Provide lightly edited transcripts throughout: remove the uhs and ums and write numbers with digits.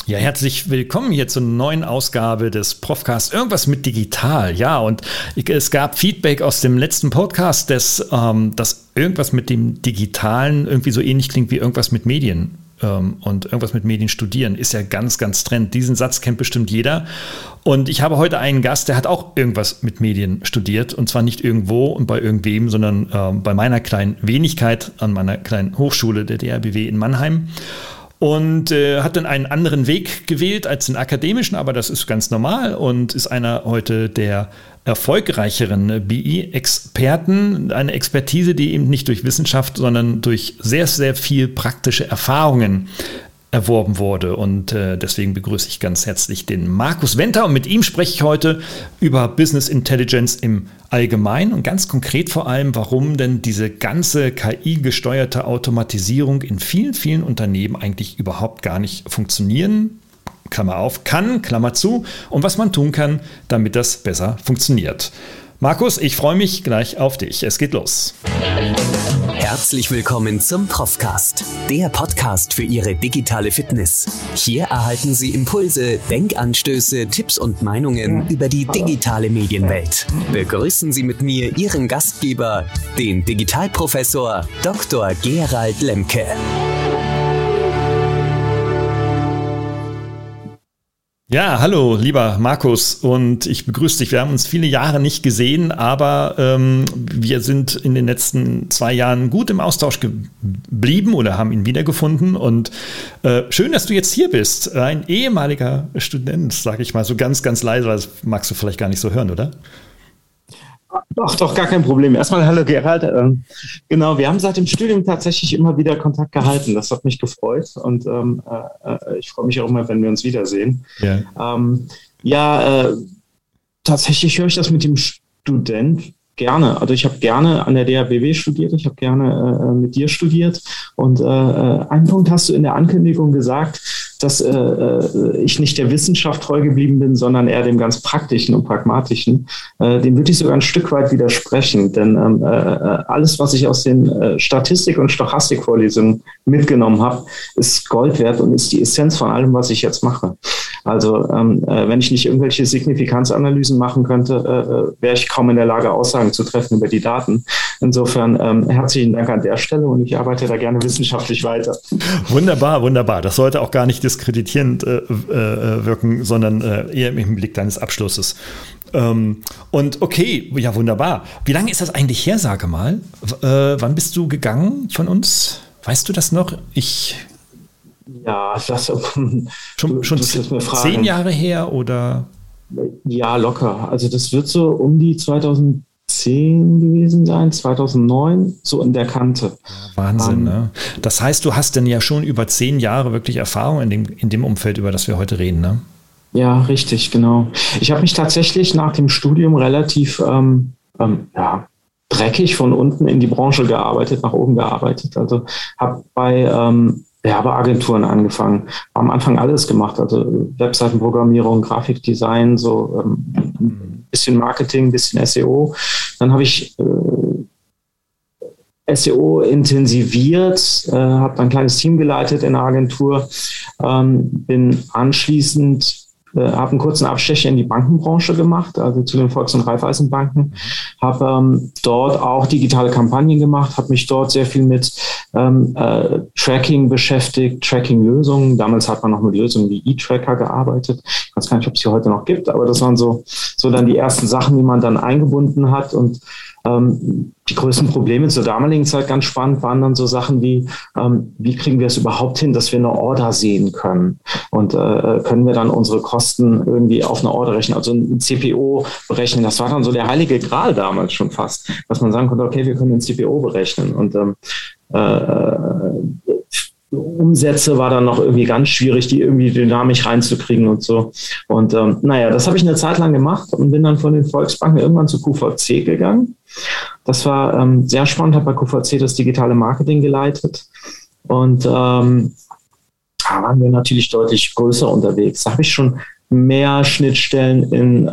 Ja, herzlich willkommen hier zur neuen Ausgabe des Profcast Irgendwas mit Digital. Ja, und es gab Feedback aus dem letzten Podcast, dass irgendwas mit dem Digitalen irgendwie so ähnlich klingt wie irgendwas mit Medien. Und irgendwas mit Medien studieren ist ja ganz, ganz Trend. Diesen Satz kennt bestimmt jeder. Und ich habe heute einen Gast, der hat auch irgendwas mit Medien studiert. Und zwar nicht irgendwo und bei irgendwem, sondern bei meiner kleinen Wenigkeit an meiner kleinen Hochschule, der DRBW in Mannheim. Und hat dann einen anderen Weg gewählt als den akademischen, aber das ist ganz normal und ist einer heute der erfolgreicheren BI-Experten. Eine Expertise, die eben nicht durch Wissenschaft, sondern durch sehr, sehr viel praktische Erfahrungen erworben wurde. Und deswegen begrüße ich ganz herzlich den Markus Venter. Und mit ihm spreche ich heute über Business Intelligence im Allgemeinen und ganz konkret vor allem, warum denn diese ganze KI-gesteuerte Automatisierung in vielen, vielen Unternehmen eigentlich überhaupt gar nicht funktionieren, Klammer auf, kann, Klammer zu, und was man tun kann, damit das besser funktioniert. Markus, ich freue mich gleich auf dich. Es geht los. Herzlich willkommen zum Profcast, der Podcast für Ihre digitale Fitness. Hier erhalten Sie Impulse, Denkanstöße, Tipps und Meinungen über die digitale Medienwelt. Begrüßen Sie mit mir Ihren Gastgeber, den Digitalprofessor Dr. Gerald Lemke. Ja, hallo, lieber Markus, und ich begrüße dich. Wir haben uns viele Jahre nicht gesehen, aber wir sind in den letzten 2 Jahren gut im Austausch geblieben oder haben ihn wiedergefunden. Und schön, dass du jetzt hier bist. Ein ehemaliger Student, sage ich mal so ganz, ganz leise, das magst du vielleicht gar nicht so hören, oder? Doch, gar kein Problem. Erstmal hallo Gerald. Genau, wir haben seit dem Studium tatsächlich immer wieder Kontakt gehalten. Das hat mich gefreut und ich freue mich auch immer, wenn wir uns wiedersehen. Yeah. Tatsächlich höre ich das mit dem Student gerne. Also ich habe gerne an der DRBW studiert, ich habe gerne mit dir studiert und einen Punkt hast du in der Ankündigung gesagt, dass ich nicht der Wissenschaft treu geblieben bin, sondern eher dem ganz Praktischen und Pragmatischen. Dem würde ich sogar ein Stück weit widersprechen, denn alles, was ich aus den Statistik- und Stochastikvorlesungen mitgenommen habe, ist Gold wert und ist die Essenz von allem, was ich jetzt mache. Also wenn ich nicht irgendwelche Signifikanzanalysen machen könnte, wäre ich kaum in der Lage, Aussagen zu treffen über die Daten. Insofern herzlichen Dank an der Stelle und ich arbeite da gerne wissenschaftlich weiter. Wunderbar, wunderbar. Das sollte auch gar nicht diskreditierend wirken, sondern eher im Hinblick deines Abschlusses. Und okay, ja wunderbar. Wie lange ist das eigentlich her, sage mal? Wann bist du gegangen von uns? Weißt du das noch? Ja, das schon 10 Jahre her oder? Ja, locker. Also das wird so um die 2010 gewesen sein, 2009, so in der Kante. Ja, Wahnsinn, ne? Das heißt, du hast denn ja schon über 10 Jahre wirklich Erfahrung in dem Umfeld, über das wir heute reden, ne? Ja, richtig, genau. Ich habe mich tatsächlich nach dem Studium relativ dreckig von unten in die Branche gearbeitet, nach oben gearbeitet. Also habe bei Agenturen angefangen, am Anfang alles gemacht, also Webseitenprogrammierung, Grafikdesign, so ein bisschen Marketing, ein bisschen SEO. Dann habe ich SEO intensiviert, habe ein kleines Team geleitet in der Agentur, bin anschließend habe einen kurzen Abstecher in die Bankenbranche gemacht, also zu den Volks- und Raiffeisenbanken, habe dort auch digitale Kampagnen gemacht, habe mich dort sehr viel mit Tracking beschäftigt, Tracking-Lösungen. Damals hat man noch mit Lösungen wie E-Tracker gearbeitet. Ich weiß gar nicht, ob es sie heute noch gibt, aber das waren so dann die ersten Sachen, die man dann eingebunden hat. Und die größten Probleme zur damaligen Zeit, ganz spannend, waren dann so Sachen wie kriegen wir es überhaupt hin, dass wir eine Order sehen können? Und können wir dann unsere Kosten irgendwie auf eine Order rechnen, also ein CPO berechnen? Das war dann so der heilige Gral damals schon fast, dass man sagen konnte, okay, wir können den CPO berechnen. Und Umsätze war dann noch irgendwie ganz schwierig, die irgendwie dynamisch reinzukriegen und so. Und das habe ich eine Zeit lang gemacht und bin dann von den Volksbanken irgendwann zu QVC gegangen. Das war sehr spannend, habe bei QVC das digitale Marketing geleitet und da waren wir natürlich deutlich größer unterwegs. Da habe ich schon mehr Schnittstellen in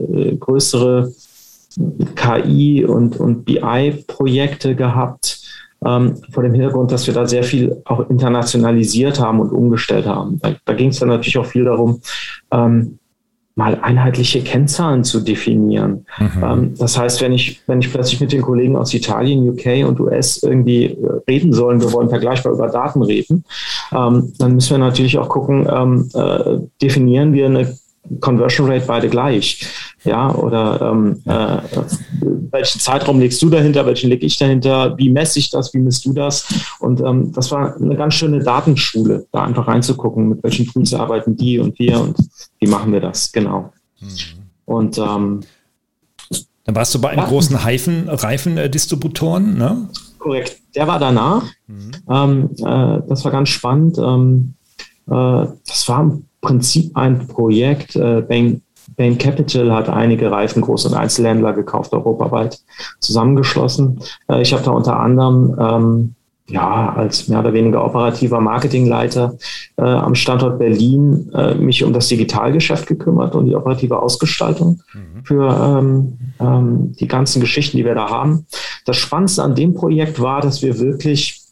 größere KI- und BI-Projekte gehabt. vor dem Hintergrund, dass wir da sehr viel auch internationalisiert haben und umgestellt haben. Da ging es dann natürlich auch viel darum, mal einheitliche Kennzahlen zu definieren. Das heißt, wenn ich plötzlich mit den Kollegen aus Italien, UK und US irgendwie reden sollen, wir wollen vergleichbar über Daten reden, dann müssen wir natürlich auch gucken, definieren wir eine Conversion Rate beide gleich. Ja, oder welchen Zeitraum legst du dahinter, welchen lege ich dahinter, wie messe ich das, wie misst du das? Und das war eine ganz schöne Datenschule, da einfach reinzugucken, mit welchen Tools arbeiten die und wir und wie machen wir das, genau. Und dann warst du bei einem großen Reifendistributoren, ne? Korrekt, der war danach. Das war ganz spannend. Das war im Prinzip ein Projekt, Bain Capital hat einige Groß- und Einzelhändler gekauft, europaweit zusammengeschlossen. Ich habe da unter anderem als mehr oder weniger operativer Marketingleiter am Standort Berlin mich um das Digitalgeschäft gekümmert und die operative Ausgestaltung für die ganzen Geschichten, die wir da haben. Das Spannendste an dem Projekt war, dass wir wirklich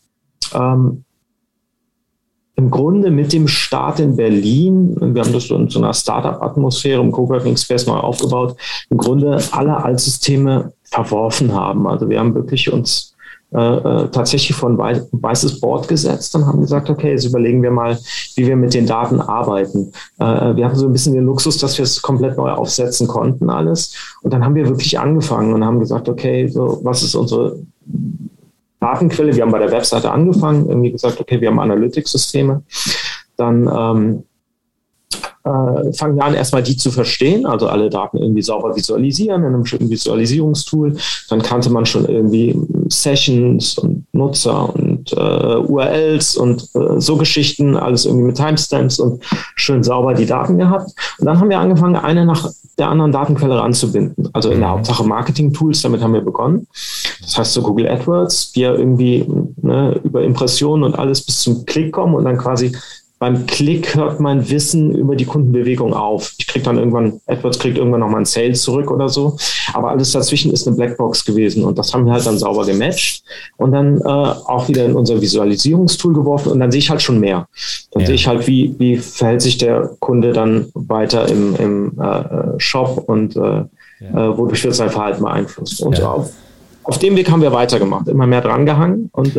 im Grunde mit dem Start in Berlin, wir haben das so in so einer Startup-Atmosphäre im Coworking Space neu aufgebaut, im Grunde alle Altsysteme verworfen haben. Also wir haben wirklich uns tatsächlich vor ein weißes Board gesetzt und haben gesagt, okay, jetzt überlegen wir mal, wie wir mit den Daten arbeiten. Wir hatten so ein bisschen den Luxus, dass wir es komplett neu aufsetzen konnten alles. Und dann haben wir wirklich angefangen und haben gesagt, okay, so, was ist unsere Datenquelle? Wir haben bei der Webseite angefangen, irgendwie gesagt, okay, wir haben Analytics-Systeme. Dann fangen wir an, erstmal die zu verstehen, also alle Daten irgendwie sauber visualisieren in einem schönen Visualisierungstool. Dann kannte man schon irgendwie Sessions und Nutzer und URLs und so Geschichten, alles irgendwie mit Timestamps und schön sauber die Daten gehabt. Und dann haben wir angefangen, eine nach der anderen Datenquelle ranzubinden. Also in der Hauptsache Marketing-Tools, damit haben wir begonnen. Das heißt so Google AdWords, wir irgendwie über Impressionen und alles bis zum Klick kommen und dann quasi beim Klick hört mein Wissen über die Kundenbewegung auf. Ich kriege dann AdWords kriegt irgendwann nochmal ein Sale zurück oder so. Aber alles dazwischen ist eine Blackbox gewesen. Und das haben wir halt dann sauber gematcht und dann auch wieder in unser Visualisierungstool geworfen. Und dann sehe ich halt schon mehr. Dann sehe ich halt, wie verhält sich der Kunde dann weiter im Shop und wodurch wird sein Verhalten beeinflusst. Und auf dem Weg haben wir weitergemacht, immer mehr drangehangen und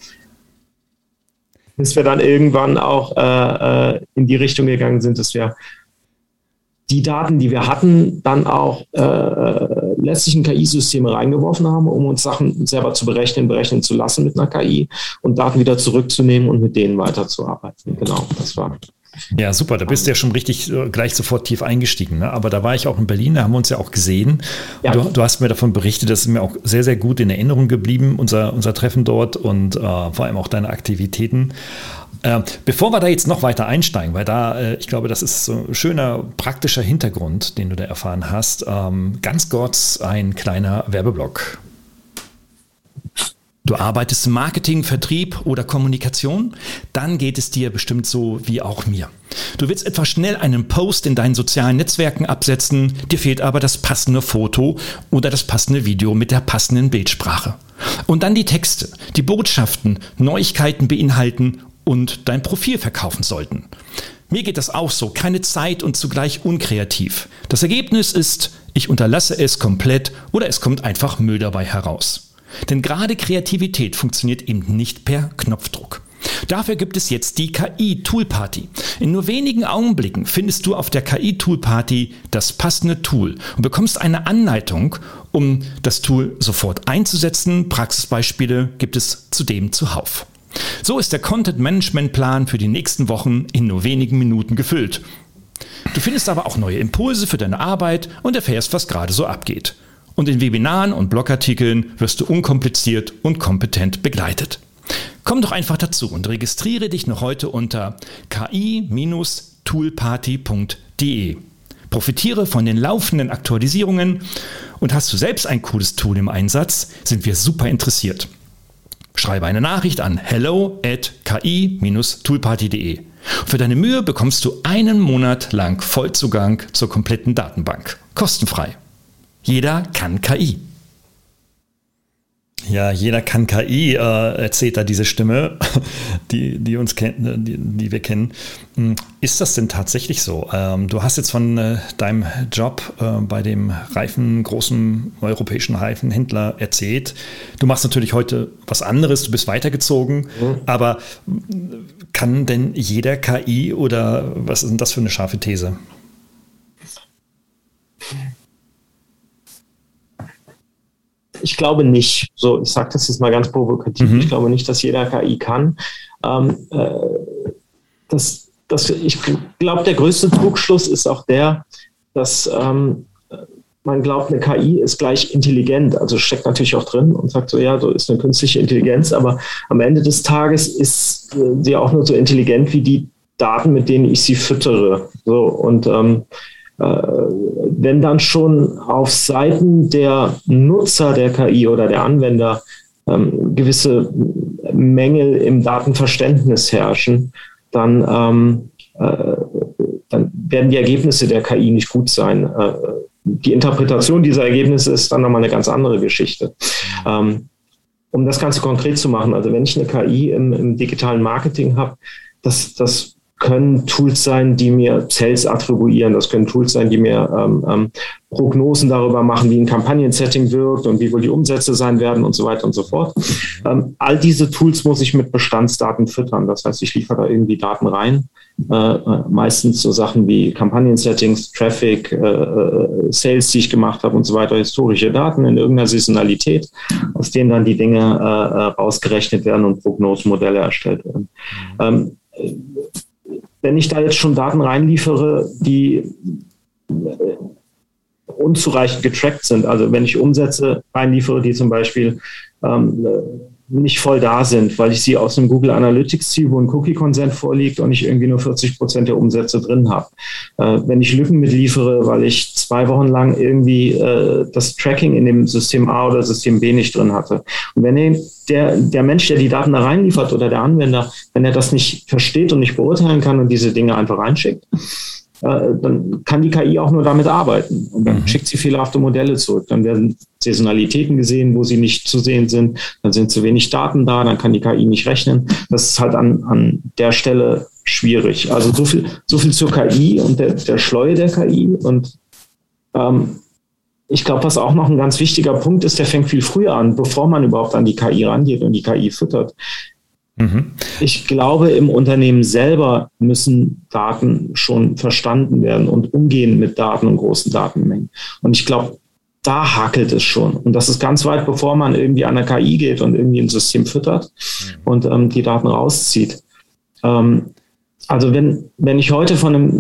bis wir dann irgendwann auch in die Richtung gegangen sind, dass wir die Daten, die wir hatten, dann auch letztlich in KI-Systeme reingeworfen haben, um uns Sachen selber zu berechnen zu lassen mit einer KI und Daten wieder zurückzunehmen und mit denen weiterzuarbeiten. Genau, das war. Ja, super, da bist du ja schon richtig gleich sofort tief eingestiegen. Ne? Aber da war ich auch in Berlin, da haben wir uns ja auch gesehen. Ja. Du hast mir davon berichtet, das ist mir auch sehr, sehr gut in Erinnerung geblieben, unser Treffen dort und vor allem auch deine Aktivitäten. Bevor wir da jetzt noch weiter einsteigen, weil da, ich glaube, das ist so ein schöner, praktischer Hintergrund, den du da erfahren hast, ganz kurz ein kleiner Werbeblock. Du arbeitest im Marketing, Vertrieb oder Kommunikation? Dann geht es dir bestimmt so wie auch mir. Du willst etwa schnell einen Post in deinen sozialen Netzwerken absetzen, dir fehlt aber das passende Foto oder das passende Video mit der passenden Bildsprache. Und dann die Texte, die Botschaften, Neuigkeiten beinhalten und dein Profil verkaufen sollten. Mir geht das auch so, keine Zeit und zugleich unkreativ. Das Ergebnis ist, ich unterlasse es komplett oder es kommt einfach Müll dabei heraus. Denn gerade Kreativität funktioniert eben nicht per Knopfdruck. Dafür gibt es jetzt die KI-Tool-Party. In nur wenigen Augenblicken findest du auf der KI-Tool-Party das passende Tool und bekommst eine Anleitung, um das Tool sofort einzusetzen. Praxisbeispiele gibt es zudem zuhauf. So ist der Content-Management-Plan für die nächsten Wochen in nur wenigen Minuten gefüllt. Du findest aber auch neue Impulse für deine Arbeit und erfährst, was gerade so abgeht. Und in Webinaren und Blogartikeln wirst du unkompliziert und kompetent begleitet. Komm doch einfach dazu und registriere dich noch heute unter ki-toolparty.de. Profitiere von den laufenden Aktualisierungen und hast du selbst ein cooles Tool im Einsatz, sind wir super interessiert. Schreibe eine Nachricht an hello@ki-toolparty.de. Für deine Mühe bekommst du einen Monat lang Vollzugang zur kompletten Datenbank. Kostenfrei. Jeder kann KI. Ja, jeder kann KI, erzählt da diese Stimme, die uns kennt, die wir kennen. Ist das denn tatsächlich so? Du hast jetzt von deinem Job bei dem großen europäischen Reifenhändler erzählt. Du machst natürlich heute was anderes, du bist weitergezogen, aber kann denn jeder KI oder was ist denn das für eine scharfe These? Ich glaube nicht. So, ich sage das jetzt mal ganz provokativ. Ich glaube nicht, dass jeder KI kann. Ich glaube, der größte Trugschluss ist auch der, dass man glaubt, eine KI ist gleich intelligent. Also steckt natürlich auch drin und sagt so, ja, so ist eine künstliche Intelligenz, aber am Ende des Tages ist sie auch nur so intelligent wie die Daten, mit denen ich sie füttere. So, und wenn dann schon auf Seiten der Nutzer der KI oder der Anwender gewisse Mängel im Datenverständnis herrschen, dann werden die Ergebnisse der KI nicht gut sein. Die Interpretation dieser Ergebnisse ist dann nochmal eine ganz andere Geschichte. Um das Ganze konkret zu machen, also wenn ich eine KI im digitalen Marketing habe, das können Tools sein, die mir Sales attribuieren. Das können Tools sein, die mir Prognosen darüber machen, wie ein Kampagnensetting wirkt und wie wohl die Umsätze sein werden und so weiter und so fort. All diese Tools muss ich mit Bestandsdaten füttern. Das heißt, ich liefere da irgendwie Daten rein. Meistens so Sachen wie Kampagnensettings, Traffic, Sales, die ich gemacht habe und so weiter, historische Daten in irgendeiner Saisonalität, aus denen dann die Dinge rausgerechnet werden und Prognosemodelle erstellt werden. Wenn ich da jetzt schon Daten reinliefere, die unzureichend getrackt sind, also wenn ich Umsätze reinliefere, die zum Beispiel nicht voll da sind, weil ich sie aus einem Google Analytics ziehe, wo ein Cookie-Consent vorliegt und ich irgendwie nur 40% der Umsätze drin habe. Wenn ich Lücken mitliefere, weil ich 2 Wochen lang irgendwie das Tracking in dem System A oder System B nicht drin hatte. Und wenn der Mensch, der die Daten da reinliefert oder der Anwender, wenn er das nicht versteht und nicht beurteilen kann und diese Dinge einfach reinschickt, dann kann die KI auch nur damit arbeiten. Und dann schickt sie fehlerhafte Modelle zurück. Dann werden Saisonalitäten gesehen, wo sie nicht zu sehen sind. Dann sind zu wenig Daten da, dann kann die KI nicht rechnen. Das ist halt an der Stelle schwierig. Also so viel zur KI und der Schleue der KI. Und ich glaube, was auch noch ein ganz wichtiger Punkt ist, der fängt viel früher an, bevor man überhaupt an die KI rangeht und die KI füttert. Ich glaube, im Unternehmen selber müssen Daten schon verstanden werden und umgehen mit Daten und großen Datenmengen. Und ich glaube, da hakelt es schon. Und das ist ganz weit, bevor man irgendwie an der KI geht und irgendwie ein System füttert und die Daten rauszieht. Also wenn ich heute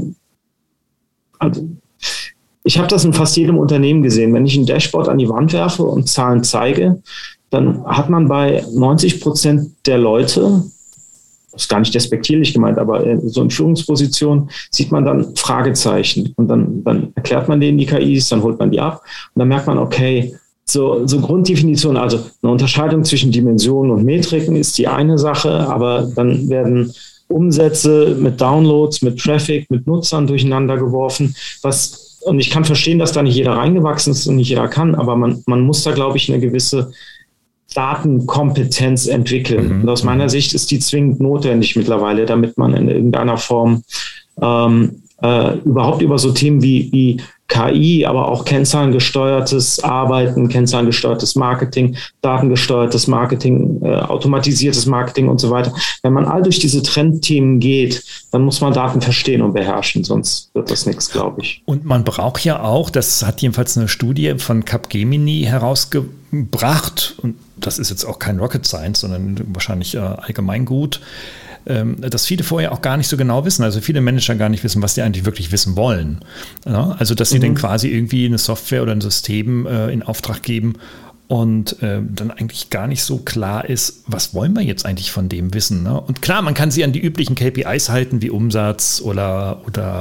ich habe das in fast jedem Unternehmen gesehen. Wenn ich ein Dashboard an die Wand werfe und Zahlen zeige, dann hat man bei 90% der Leute, das ist gar nicht despektierlich gemeint, aber so in Führungspositionen sieht man dann Fragezeichen und dann erklärt man denen die KIs, dann holt man die ab und dann merkt man, okay, so Grunddefinition, also eine Unterscheidung zwischen Dimensionen und Metriken ist die eine Sache, aber dann werden Umsätze mit Downloads, mit Traffic, mit Nutzern durcheinander geworfen, und ich kann verstehen, dass da nicht jeder reingewachsen ist und nicht jeder kann, aber man muss da, glaube ich, eine gewisse Datenkompetenz entwickeln. Und aus meiner Sicht ist die zwingend notwendig mittlerweile, damit man in irgendeiner Form überhaupt über so Themen wie KI, aber auch kennzahlengesteuertes Arbeiten, kennzahlengesteuertes Marketing, datengesteuertes Marketing, automatisiertes Marketing und so weiter. Wenn man all durch diese Trendthemen geht, dann muss man Daten verstehen und beherrschen, sonst wird das nichts, glaube ich. Und man braucht ja auch, das hat jedenfalls eine Studie von Capgemini herausgebracht, und das ist jetzt auch kein Rocket Science, sondern wahrscheinlich allgemeingut, dass viele vorher auch gar nicht so genau wissen, also viele Manager gar nicht wissen, was die eigentlich wirklich wissen wollen. Ja, also dass sie dann quasi irgendwie eine Software oder ein System in Auftrag geben und dann eigentlich gar nicht so klar ist, was wollen wir jetzt eigentlich von dem wissen. Ne? Und klar, man kann sie an die üblichen KPIs halten, wie Umsatz oder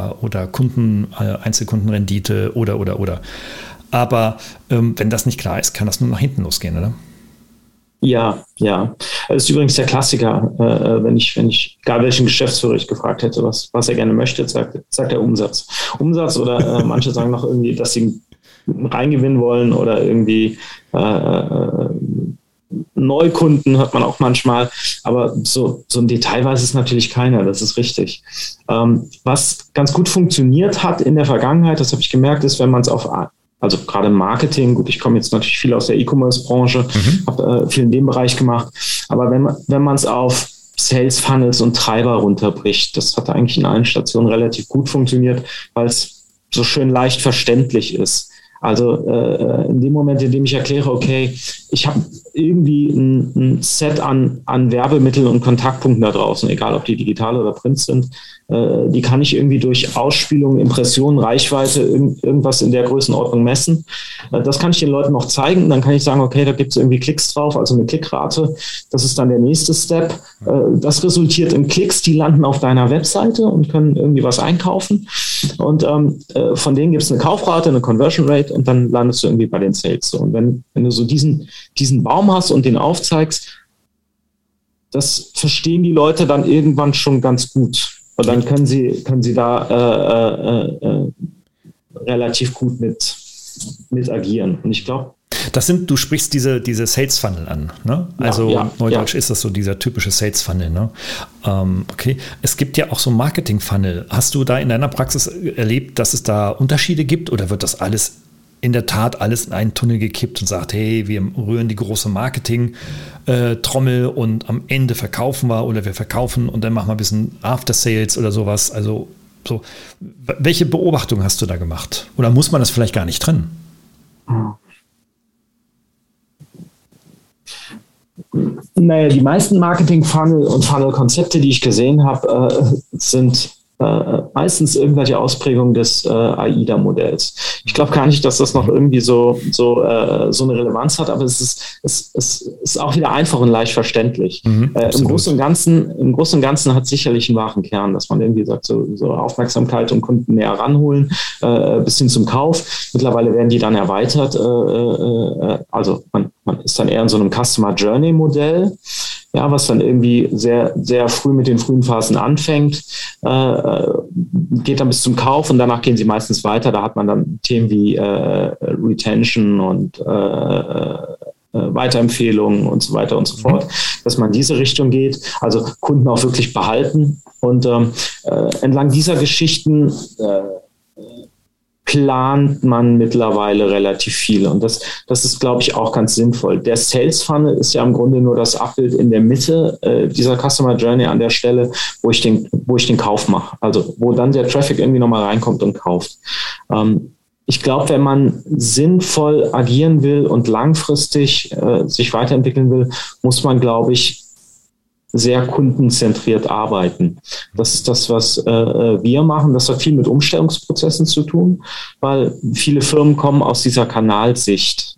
Einzelkundenrendite oder. Aber wenn das nicht klar ist, kann das nur nach hinten losgehen, oder? Ja. Das ist übrigens der Klassiker. Wenn ich egal welchen Geschäftsführer ich gefragt hätte, was er gerne möchte, sagt er Umsatz. Umsatz oder manche sagen noch irgendwie, dass sie Reingewinn wollen oder irgendwie Neukunden hört man auch manchmal, aber so ein Detail weiß es natürlich keiner, das ist richtig. Was ganz gut funktioniert hat in der Vergangenheit, das habe ich gemerkt, ist, wenn man es also gerade im Marketing, gut, ich komme jetzt natürlich viel aus der E-Commerce-Branche, habe viel in dem Bereich gemacht, aber wenn man es auf Sales Funnels und Treiber runterbricht, das hat eigentlich in allen Stationen relativ gut funktioniert, weil es so schön leicht verständlich ist. Also in dem Moment, in dem ich erkläre, okay, ich habe irgendwie ein Set an Werbemitteln und Kontaktpunkten da draußen, egal ob die digital oder print sind, die kann ich irgendwie durch Ausspielung, Impressionen, Reichweite, irgendwas in der Größenordnung messen. Das kann ich den Leuten noch zeigen. Dann kann ich sagen, okay, da gibt es irgendwie Klicks drauf, also eine Klickrate. Das ist dann der nächste Step. Das resultiert in Klicks, die landen auf deiner Webseite und können irgendwie was einkaufen. Und von denen gibt es eine Kaufrate, eine Conversion Rate und dann landest du irgendwie bei den Sales. So. Und wenn du so diesen Baum hast und den aufzeigst, das verstehen die Leute dann irgendwann schon ganz gut. Und dann können sie da relativ gut mit agieren. Und ich glaube, du sprichst diese Sales Funnel an, ne? Also Neudeutsch ist das so dieser typische Sales Funnel, ne? Okay. Es gibt ja auch so Marketing Funnel. Hast du da in deiner Praxis erlebt, dass es da Unterschiede gibt oder wird das alles in der Tat alles in einen Tunnel gekippt und sagt, hey, wir rühren die große Marketing-Trommel und am Ende verkaufen wir oder wir verkaufen und dann machen wir ein bisschen After Sales oder sowas. Also so, welche Beobachtung hast du da gemacht? Oder muss man das vielleicht gar nicht trennen? Naja, die meisten Marketing-Funnel und Funnel-Konzepte, die ich gesehen habe, sind meistens irgendwelche Ausprägungen des AIDA-Modells. Ich glaube gar nicht, dass das noch irgendwie so eine Relevanz hat, aber es ist auch wieder einfach und leicht verständlich. Im Großen und Ganzen hat sicherlich einen wahren Kern, dass man irgendwie sagt, so Aufmerksamkeit und Kunden näher ranholen, bis hin zum Kauf. Mittlerweile werden die dann erweitert. Also man ist dann eher in so einem Customer Journey Modell. Ja, was dann irgendwie sehr, sehr früh mit den frühen Phasen anfängt, geht dann bis zum Kauf und danach gehen sie meistens weiter. Da hat man dann Themen wie Retention und Weiterempfehlungen und so weiter und so fort, dass man in diese Richtung geht, also Kunden auch wirklich behalten. Und entlang dieser Geschichten plant man mittlerweile relativ viel. Und das ist, glaube ich, auch ganz sinnvoll. Der Sales Funnel ist ja im Grunde nur das Abbild in der Mitte dieser Customer Journey an der Stelle, wo ich den Kauf mache. Also wo dann der Traffic irgendwie nochmal reinkommt und kauft. Ich glaube, wenn man sinnvoll agieren will und langfristig sich weiterentwickeln will, muss man, glaube ich, sehr kundenzentriert arbeiten. Das ist das, was wir machen. Das hat viel mit Umstellungsprozessen zu tun, weil viele Firmen kommen aus dieser Kanalsicht.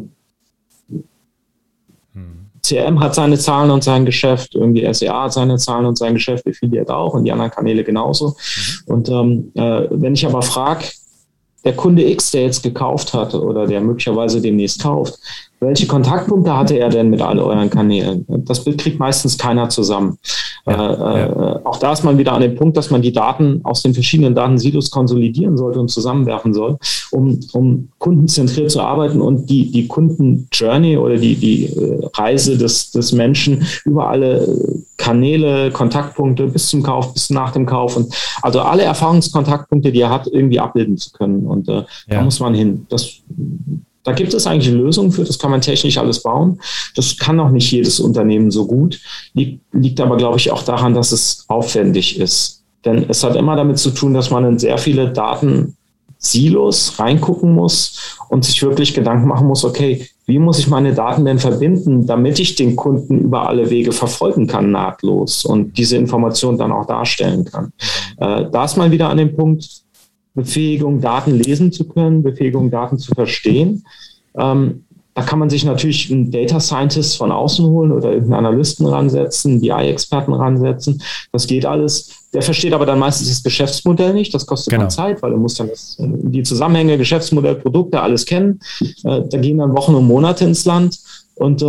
CRM hat seine Zahlen und sein Geschäft, irgendwie SEA hat seine Zahlen und sein Geschäft, Affiliate auch und die anderen Kanäle genauso. Und wenn ich aber frage, der Kunde X, der jetzt gekauft hat oder der möglicherweise demnächst kauft, welche Kontaktpunkte hatte er denn mit all euren Kanälen? Das Bild kriegt meistens keiner zusammen. Auch da ist man wieder an dem Punkt, dass man die Daten aus den verschiedenen Datensilos konsolidieren sollte und zusammenwerfen soll, um kundenzentriert zu arbeiten und die Kunden-Journey oder die Reise des Menschen über alle Kanäle, Kontaktpunkte bis zum Kauf, bis nach dem Kauf und also alle Erfahrungskontaktpunkte, die er hat, irgendwie abbilden zu können. Und da muss man hin. Da gibt es eigentlich eine Lösung für, das kann man technisch alles bauen. Das kann auch nicht jedes Unternehmen so gut. Liegt aber, glaube ich, auch daran, dass es aufwendig ist. Denn es hat immer damit zu tun, dass man in sehr viele Datensilos reingucken muss und sich wirklich Gedanken machen muss, okay, wie muss ich meine Daten denn verbinden, damit ich den Kunden über alle Wege verfolgen kann, nahtlos und diese Information dann auch darstellen kann. Da ist man wieder an dem Punkt, Befähigung, Daten lesen zu können, Befähigung, Daten zu verstehen. Da kann man sich natürlich einen Data Scientist von außen holen oder irgendeinen Analysten ransetzen, BI-Experten ransetzen. Das geht alles. Der versteht aber dann meistens das Geschäftsmodell nicht. Das kostet dann Zeit, weil er muss dann die Zusammenhänge, Geschäftsmodell, Produkte, alles kennen. Da gehen dann Wochen und Monate ins Land und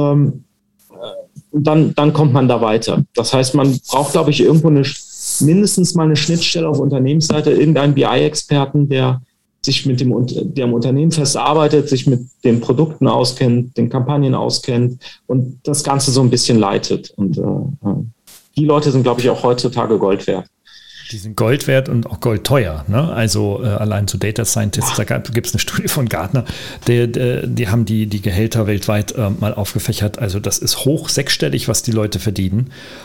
dann kommt man da weiter. Das heißt, man braucht, glaube ich, irgendwo mindestens mal eine Schnittstelle auf Unternehmensseite, irgendeinen BI-Experten, der sich mit dem Unternehmen festarbeitet, sich mit den Produkten auskennt, den Kampagnen auskennt und das Ganze so ein bisschen leitet. Und die Leute sind, glaube ich, auch heutzutage Gold wert. Die sind Gold wert und auch Gold teuer. Ne? Also allein zu Data Scientists, da gibt es eine Studie von Gartner, die haben die Gehälter weltweit mal aufgefächert. Also das ist hoch sechsstellig, was die Leute verdienen.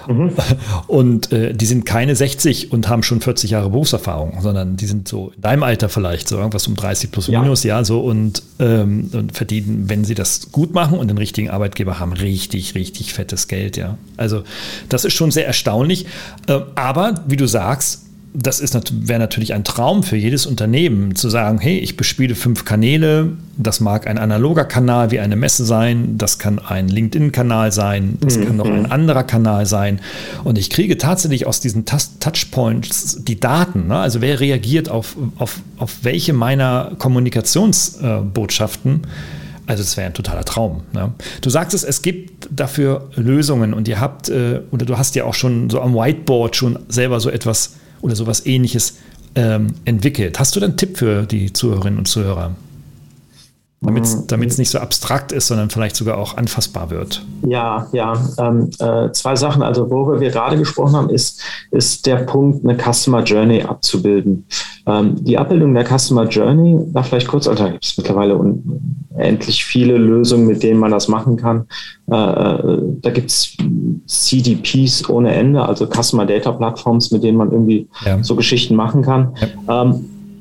Und die sind keine 60 und haben schon 40 Jahre Berufserfahrung, sondern die sind so in deinem Alter vielleicht, so irgendwas um 30 plus minus, so und verdienen, wenn sie das gut machen und den richtigen Arbeitgeber haben, richtig, richtig fettes Geld. Ja. Also das ist schon sehr erstaunlich. Aber wie du sagst, das wäre natürlich ein Traum für jedes Unternehmen, zu sagen, hey, ich bespiele 5 Kanäle, das mag ein analoger Kanal wie eine Messe sein, das kann ein LinkedIn-Kanal sein, das kann noch ein anderer Kanal sein und ich kriege tatsächlich aus diesen Touchpoints die Daten, ne? Also wer reagiert auf welche meiner Kommunikationsbotschaften. Also das wäre ein totaler Traum. Ne? Du sagst es gibt dafür Lösungen und ihr habt, oder du hast ja auch schon so am Whiteboard schon selber so etwas oder sowas Ähnliches entwickelt. Hast du da einen Tipp für die Zuhörerinnen und Zuhörer? Damit es nicht so abstrakt ist, sondern vielleicht sogar auch anfassbar wird. Ja, 2 Sachen. Also worüber wir gerade gesprochen haben, ist der Punkt, eine Customer Journey abzubilden. Die Abbildung der Customer Journey, da vielleicht kurz, also gibt es mittlerweile unendlich viele Lösungen, mit denen man das machen kann. Da gibt es CDPs ohne Ende, also Customer Data Platforms, mit denen man irgendwie so Geschichten machen kann. Ja.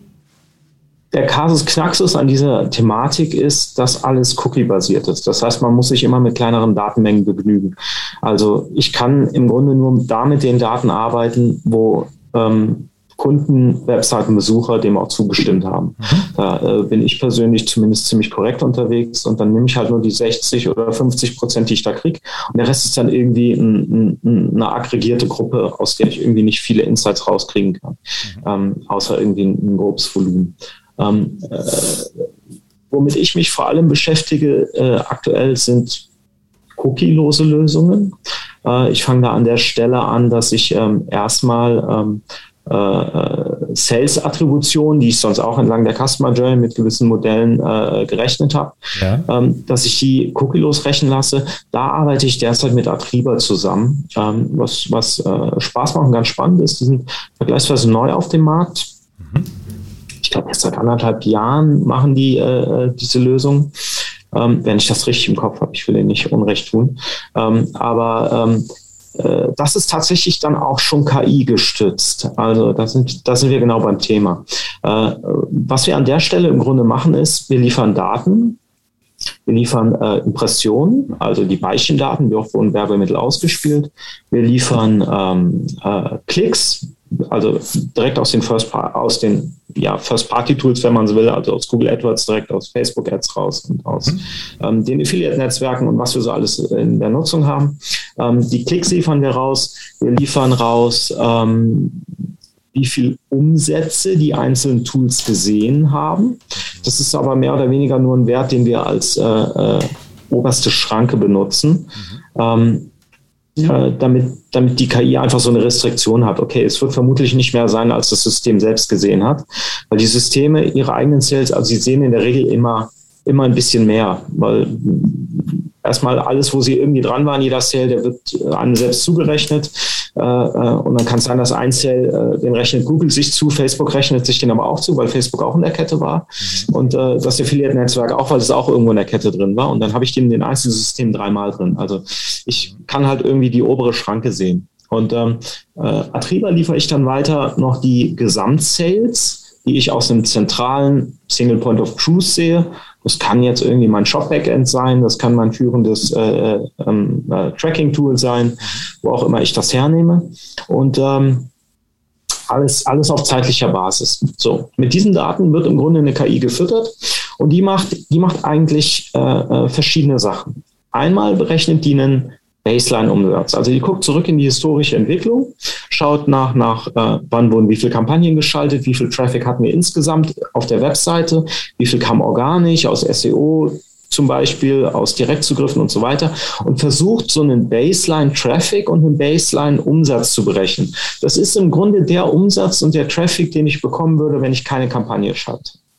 Der Kasus Knaxus an dieser Thematik ist, dass alles Cookie-basiert ist. Das heißt, man muss sich immer mit kleineren Datenmengen begnügen. Also ich kann im Grunde nur da mit den Daten arbeiten, wo Kunden, Webseitenbesucher dem auch zugestimmt haben. Da bin ich persönlich zumindest ziemlich korrekt unterwegs und dann nehme ich halt nur die 60 oder 50%, die ich da kriege. Und der Rest ist dann irgendwie eine aggregierte Gruppe, aus der ich irgendwie nicht viele Insights rauskriegen kann, außer irgendwie ein grobes Volumen. Womit ich mich vor allem beschäftige aktuell sind cookielose Lösungen. Ich fange da an der Stelle an, dass ich erstmal Sales-Attributionen, die ich sonst auch entlang der Customer Journey mit gewissen Modellen gerechnet habe, dass ich die cookielos rechnen lasse. Da arbeite ich derzeit mit Atriba zusammen, was Spaß macht und ganz spannend ist. Die sind vergleichsweise neu auf dem Markt. Ich glaube, jetzt seit 1,5 Jahren machen die diese Lösung. Wenn ich das richtig im Kopf habe, ich will Ihnen nicht Unrecht tun. Aber das ist tatsächlich dann auch schon KI gestützt. Also da sind wir genau beim Thema. Was wir an der Stelle im Grunde machen ist, wir liefern Daten, wir liefern Impressionen, also die Beichtchendaten, wie oft wurden Werbemittel ausgespielt. Wir liefern Klicks, also direkt aus den First-Party-Tools, wenn man so will, also aus Google AdWords, direkt aus Facebook Ads raus und aus den Affiliate-Netzwerken und was wir so alles in der Nutzung haben. Die Klicks liefern wir raus. Wir liefern raus, wie viel Umsätze die einzelnen Tools gesehen haben. Das ist aber mehr oder weniger nur ein Wert, den wir als oberste Schranke benutzen. Damit die KI einfach so eine Restriktion hat. Okay, es wird vermutlich nicht mehr sein, als das System selbst gesehen hat, weil die Systeme ihre eigenen Sales, also sie sehen in der Regel immer ein bisschen mehr, weil erstmal alles, wo sie irgendwie dran waren, jeder Sale, der wird einem selbst zugerechnet und dann kann es sein, dass ein Sale, den rechnet Google sich zu, Facebook rechnet sich den aber auch zu, weil Facebook auch in der Kette war und das Affiliate-Netzwerk auch, weil es auch irgendwo in der Kette drin war und dann habe ich den einzelnen System 3-mal drin. Also ich kann halt irgendwie die obere Schranke sehen. Und Atriba liefere ich dann weiter noch die Gesamtsales, die ich aus einem zentralen Single Point of Truth sehe. Das kann jetzt irgendwie mein Shop-Backend sein, das kann mein führendes Tracking-Tool sein, wo auch immer ich das hernehme. Und alles auf zeitlicher Basis. So, mit diesen Daten wird im Grunde eine KI gefüttert und die macht eigentlich verschiedene Sachen. Einmal berechnet die einen Baseline-Umsatz. Also die guckt zurück in die historische Entwicklung, schaut nach wann wurden wie viele Kampagnen geschaltet, wie viel Traffic hatten wir insgesamt auf der Webseite, wie viel kam organisch aus SEO zum Beispiel, aus Direktzugriffen und so weiter und versucht so einen Baseline-Traffic und einen Baseline-Umsatz zu berechnen. Das ist im Grunde der Umsatz und der Traffic, den ich bekommen würde, wenn ich keine Kampagne schalte.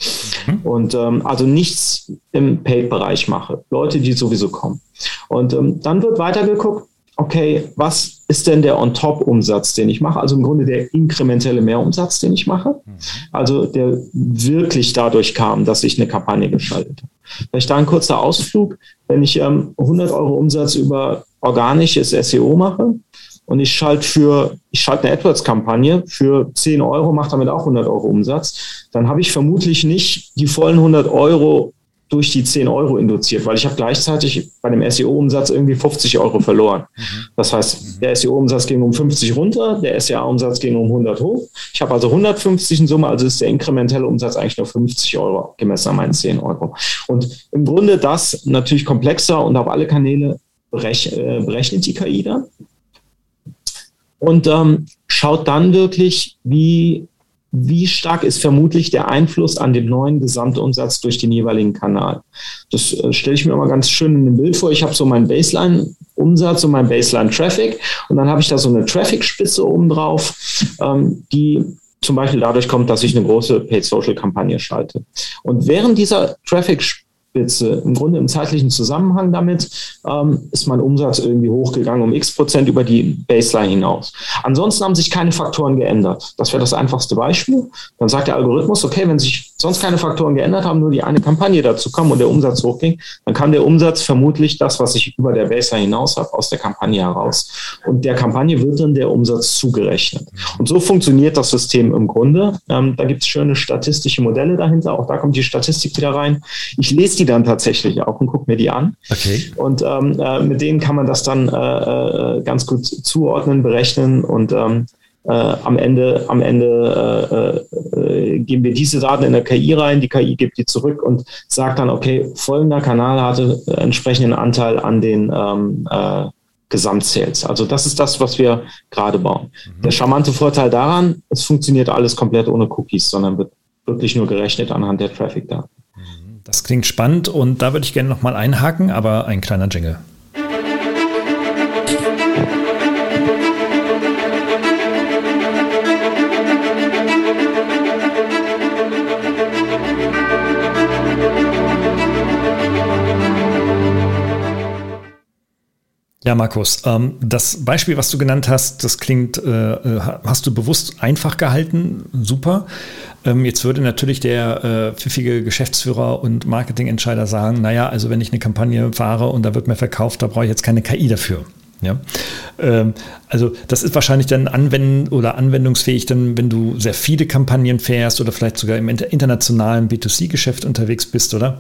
Und also nichts im Paid-Bereich mache. Leute, die sowieso kommen. Und dann wird weitergeguckt, okay, was ist denn der On-Top-Umsatz, den ich mache? Also im Grunde der inkrementelle Mehrumsatz, den ich mache. Also der wirklich dadurch kam, dass ich eine Kampagne geschaltet habe. Vielleicht da ein kurzer Ausflug. Wenn ich 100 Euro Umsatz über organisches SEO mache und ich schalte eine AdWords-Kampagne für 10 Euro, mache damit auch 100 Euro Umsatz, dann habe ich vermutlich nicht die vollen 100 Euro durch die 10 Euro induziert, weil ich habe gleichzeitig bei dem SEO-Umsatz irgendwie 50 Euro verloren. Das heißt, der SEO-Umsatz ging um 50 runter, der SEA-Umsatz ging um 100 hoch. Ich habe also 150 in Summe, also ist der inkrementelle Umsatz eigentlich nur 50 Euro gemessen an meinen 10 Euro. Und im Grunde das natürlich komplexer und auf alle Kanäle berechnet die KI dann und schaut dann wirklich, wie stark ist vermutlich der Einfluss an den neuen Gesamtumsatz durch den jeweiligen Kanal. Das stelle ich mir immer ganz schön in dem Bild vor. Ich habe so meinen Baseline-Umsatz und meinen Baseline-Traffic und dann habe ich da so eine Traffic-Spitze oben drauf, die zum Beispiel dadurch kommt, dass ich eine große Paid-Social-Kampagne schalte. Und während dieser Traffic-Spitze, im Grunde im zeitlichen Zusammenhang damit, ist mein Umsatz irgendwie hochgegangen um x% über die Baseline hinaus. Ansonsten haben sich keine Faktoren geändert. Das wäre das einfachste Beispiel. Dann sagt der Algorithmus, okay, wenn sich sonst keine Faktoren geändert haben, nur die eine Kampagne dazu kam und der Umsatz hochging, dann kann der Umsatz vermutlich das, was ich über der Baseline hinaus habe, aus der Kampagne heraus. Und der Kampagne wird dann der Umsatz zugerechnet. Und so funktioniert das System im Grunde. Da gibt es schöne statistische Modelle dahinter. Auch da kommt die Statistik wieder rein. Ich lese die dann tatsächlich auch und gucke mir die an. Okay. Und mit denen kann man das dann ganz gut zuordnen, berechnen und am Ende geben wir diese Daten in der KI rein, die KI gibt die zurück und sagt dann, okay, folgender Kanal hatte entsprechenden Anteil an den Gesamtsales. Also das ist das, was wir gerade bauen. Der charmante Vorteil daran, es funktioniert alles komplett ohne Cookies, sondern wird wirklich nur gerechnet anhand der Traffic-Daten. Das klingt spannend und da würde ich gerne nochmal einhaken, aber ein kleiner Jingle. Ja, Markus, das Beispiel, was du genannt hast, das klingt, hast du bewusst einfach gehalten, super. Jetzt würde natürlich der pfiffige Geschäftsführer und Marketingentscheider sagen, naja, also wenn ich eine Kampagne fahre und da wird mir verkauft, da brauche ich jetzt keine KI dafür. Ja? Also das ist wahrscheinlich dann anwendungsfähig, dann, wenn du sehr viele Kampagnen fährst oder vielleicht sogar im internationalen B2C-Geschäft unterwegs bist, oder?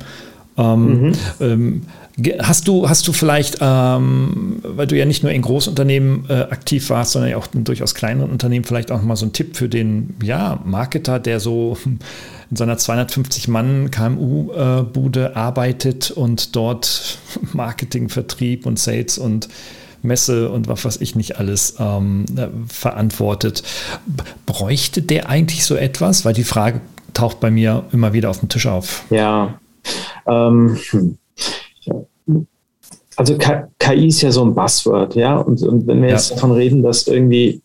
Hast du vielleicht, weil du ja nicht nur in Großunternehmen aktiv warst, sondern ja auch in durchaus kleineren Unternehmen, vielleicht auch mal so einen Tipp für den Marketer, der so in seiner 250-Mann KMU-Bude arbeitet und dort Marketing, Vertrieb und Sales und Messe und was weiß ich nicht alles verantwortet. Bräuchte der eigentlich so etwas? Weil die Frage taucht bei mir immer wieder auf dem Tisch auf. Ja. Also KI ist ja so ein Buzzword, ja, und wenn wir jetzt davon reden, dass irgendwie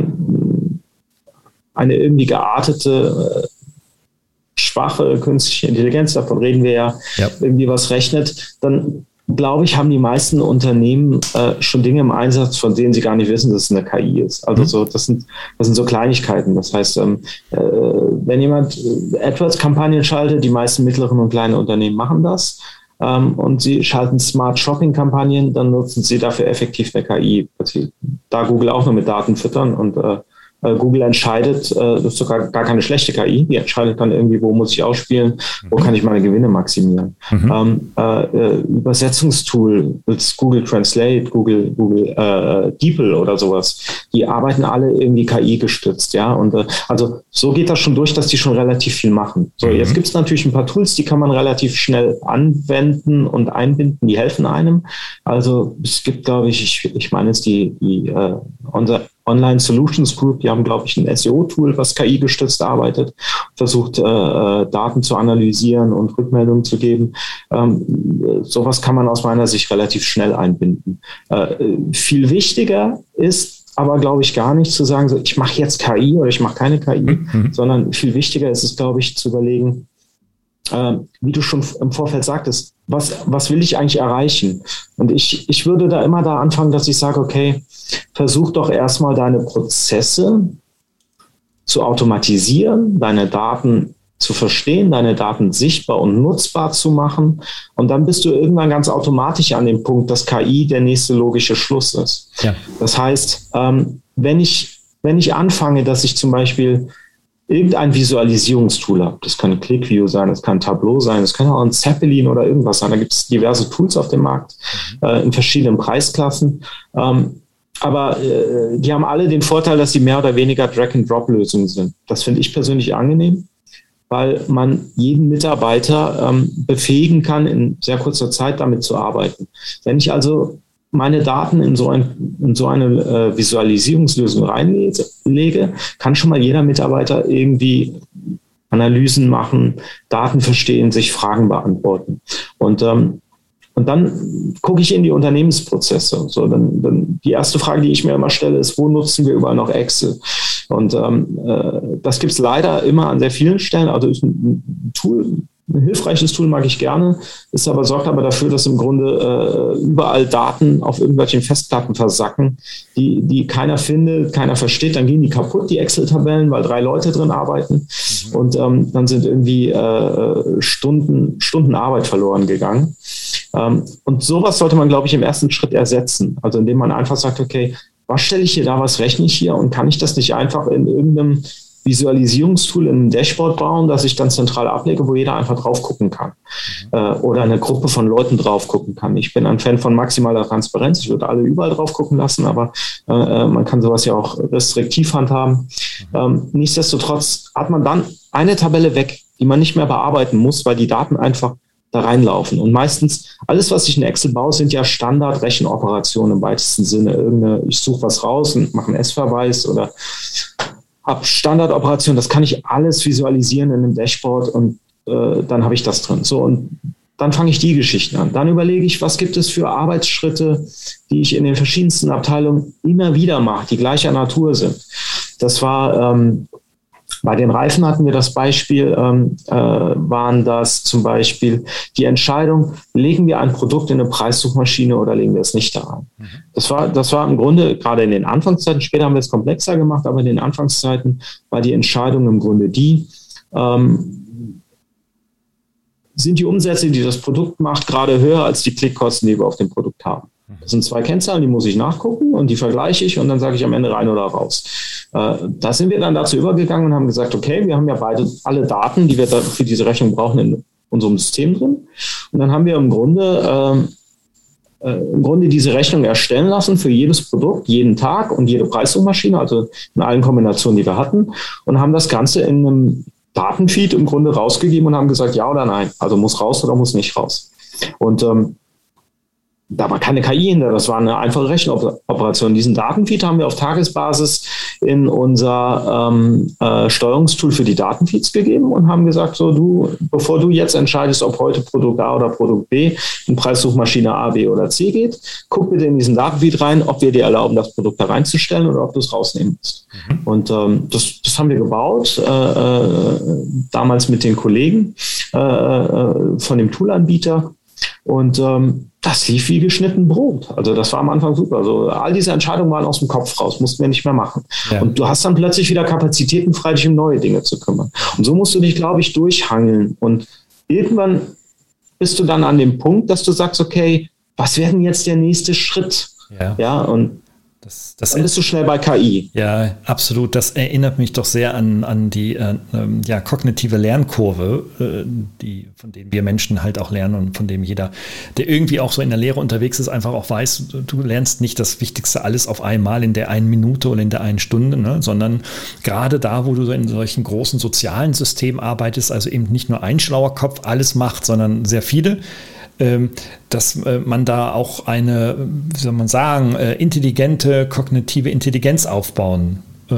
eine irgendwie geartete, schwache künstliche Intelligenz, davon reden wir ja, irgendwie was rechnet, dann glaube ich, haben die meisten Unternehmen schon Dinge im Einsatz, von denen sie gar nicht wissen, dass es eine KI ist. Also das sind so Kleinigkeiten. Das heißt, wenn jemand AdWords-Kampagnen schaltet, die meisten mittleren und kleinen Unternehmen machen das, und sie schalten Smart-Shopping-Kampagnen, dann nutzen sie dafür effektiv eine KI. Da Google auch nur mit Daten füttern und Google entscheidet, das ist sogar gar keine schlechte KI, die entscheidet dann irgendwie, wo muss ich ausspielen, wo kann ich meine Gewinne maximieren. Übersetzungstool, das Google Translate, Google DeepL oder sowas, die arbeiten alle irgendwie KI gestützt, ja, und also so geht das schon durch, dass die schon relativ viel machen. So, jetzt gibt es natürlich ein paar Tools, die kann man relativ schnell anwenden und einbinden, die helfen einem. Also es gibt, glaube ich meine jetzt unser Online Solutions Group, die haben, glaube ich, ein SEO-Tool, was KI-gestützt arbeitet, versucht, Daten zu analysieren und Rückmeldungen zu geben. Sowas kann man aus meiner Sicht relativ schnell einbinden. Viel wichtiger ist aber, glaube ich, gar nicht zu sagen, so, ich mache jetzt KI oder ich mache keine KI, sondern viel wichtiger ist es, glaube ich, zu überlegen, wie du schon im Vorfeld sagtest, was will ich eigentlich erreichen? Und ich würde da immer da anfangen, dass ich sage, okay, versuch doch erstmal deine Prozesse zu automatisieren, deine Daten zu verstehen, deine Daten sichtbar und nutzbar zu machen. Und dann bist du irgendwann ganz automatisch an dem Punkt, dass KI der nächste logische Schluss ist. Ja. Das heißt, wenn ich anfange, dass ich zum Beispiel irgendein Visualisierungstool habe, das kann ClickView sein, das kann Tableau sein, das kann auch ein Zeppelin oder irgendwas sein. Da gibt es diverse Tools auf dem Markt in verschiedenen Preisklassen. Aber die haben alle den Vorteil, dass sie mehr oder weniger Drag-and-Drop-Lösungen sind. Das finde ich persönlich angenehm, weil man jeden Mitarbeiter befähigen kann, in sehr kurzer Zeit damit zu arbeiten. Wenn ich also meine Daten in so eine Visualisierungslösung reinlege, kann schon mal jeder Mitarbeiter irgendwie Analysen machen, Daten verstehen, sich Fragen beantworten. Und dann gucke ich in die Unternehmensprozesse. So, dann die erste Frage, die ich mir immer stelle, ist, wo nutzen wir überall noch Excel? Und das gibt es leider immer an sehr vielen Stellen. Also ist ein Tool, ein hilfreiches Tool mag ich gerne, sorgt aber dafür, dass im Grunde überall Daten auf irgendwelchen Festplatten versacken, die keiner findet, keiner versteht. Dann gehen die kaputt, die Excel-Tabellen, weil 3 Leute drin arbeiten. Und dann sind irgendwie Stunden Arbeit verloren gegangen. Und sowas sollte man, glaube ich, im ersten Schritt ersetzen. Also indem man einfach sagt, okay, was stelle ich hier da, was rechne ich hier und kann ich das nicht einfach in irgendeinem Visualisierungstool in einem Dashboard bauen, das ich dann zentral ablege, wo jeder einfach drauf gucken kann oder eine Gruppe von Leuten drauf gucken kann. Ich bin ein Fan von maximaler Transparenz. Ich würde alle überall drauf gucken lassen, aber man kann sowas ja auch restriktiv handhaben. Nichtsdestotrotz hat man dann eine Tabelle weg, die man nicht mehr bearbeiten muss, weil die Daten einfach da reinlaufen. Und meistens, alles, was ich in Excel baue, sind ja Standard-Rechenoperationen im weitesten Sinne. Ich suche was raus und mache einen S-Verweis oder habe Standardoperationen. Das kann ich alles visualisieren in einem Dashboard und dann habe ich das drin. So, und dann fange ich die Geschichten an. Dann überlege ich, was gibt es für Arbeitsschritte, die ich in den verschiedensten Abteilungen immer wieder mache, die gleicher Natur sind. Das war bei den Reifen hatten wir das Beispiel, waren das zum Beispiel die Entscheidung, legen wir ein Produkt in eine Preissuchmaschine oder legen wir es nicht da rein. Das war im Grunde, gerade in den Anfangszeiten, später haben wir es komplexer gemacht, aber in den Anfangszeiten war die Entscheidung im Grunde die, sind die Umsätze, die das Produkt macht, gerade höher als die Klickkosten, die wir auf dem Produkt haben. Das sind 2 Kennzahlen, die muss ich nachgucken und die vergleiche ich und dann sage ich am Ende rein oder raus. Da sind wir dann dazu übergegangen und haben gesagt, okay, wir haben ja alle Daten, die wir für diese Rechnung brauchen, in unserem System drin. Und dann haben wir im Grunde diese Rechnung erstellen lassen für jedes Produkt, jeden Tag und jede Preissuchmaschine, also in allen Kombinationen, die wir hatten, und haben das Ganze in einem Datenfeed im Grunde rausgegeben und haben gesagt, ja oder nein, also muss raus oder muss nicht raus. Und da war keine KI hinter, das war eine einfache Rechenoperation. Diesen Datenfeed haben wir auf Tagesbasis in unser Steuerungstool für die Datenfeeds gegeben und haben gesagt, so bevor du jetzt entscheidest, ob heute Produkt A oder Produkt B in Preissuchmaschine A, B oder C geht, guck bitte in diesen Datenfeed rein, ob wir dir erlauben, das Produkt da reinzustellen oder ob du es rausnehmen musst. Und das haben wir gebaut, damals mit den Kollegen von dem Toolanbieter. Und das lief wie geschnitten Brot. Also das war am Anfang super. Also all diese Entscheidungen waren aus dem Kopf raus, mussten wir nicht mehr machen. Ja. Und du hast dann plötzlich wieder Kapazitäten frei, dich um neue Dinge zu kümmern. Und so musst du dich, glaube ich, durchhangeln. Und irgendwann bist du dann an dem Punkt, dass du sagst, okay, was wäre denn jetzt der nächste Schritt? Ja, und dann bist du schnell bei KI. Ja, absolut. Das erinnert mich doch sehr an die kognitive Lernkurve, von denen wir Menschen halt auch lernen und von dem jeder, der irgendwie auch so in der Lehre unterwegs ist, einfach auch weiß, du lernst nicht das Wichtigste alles auf einmal in der 1 Minute oder in der 1 Stunde, ne, sondern gerade da, wo du so in solchen großen sozialen Systemen arbeitest, also eben nicht nur ein schlauer Kopf alles macht, sondern sehr viele, dass man da auch eine, wie soll man sagen, intelligente kognitive Intelligenz aufbauen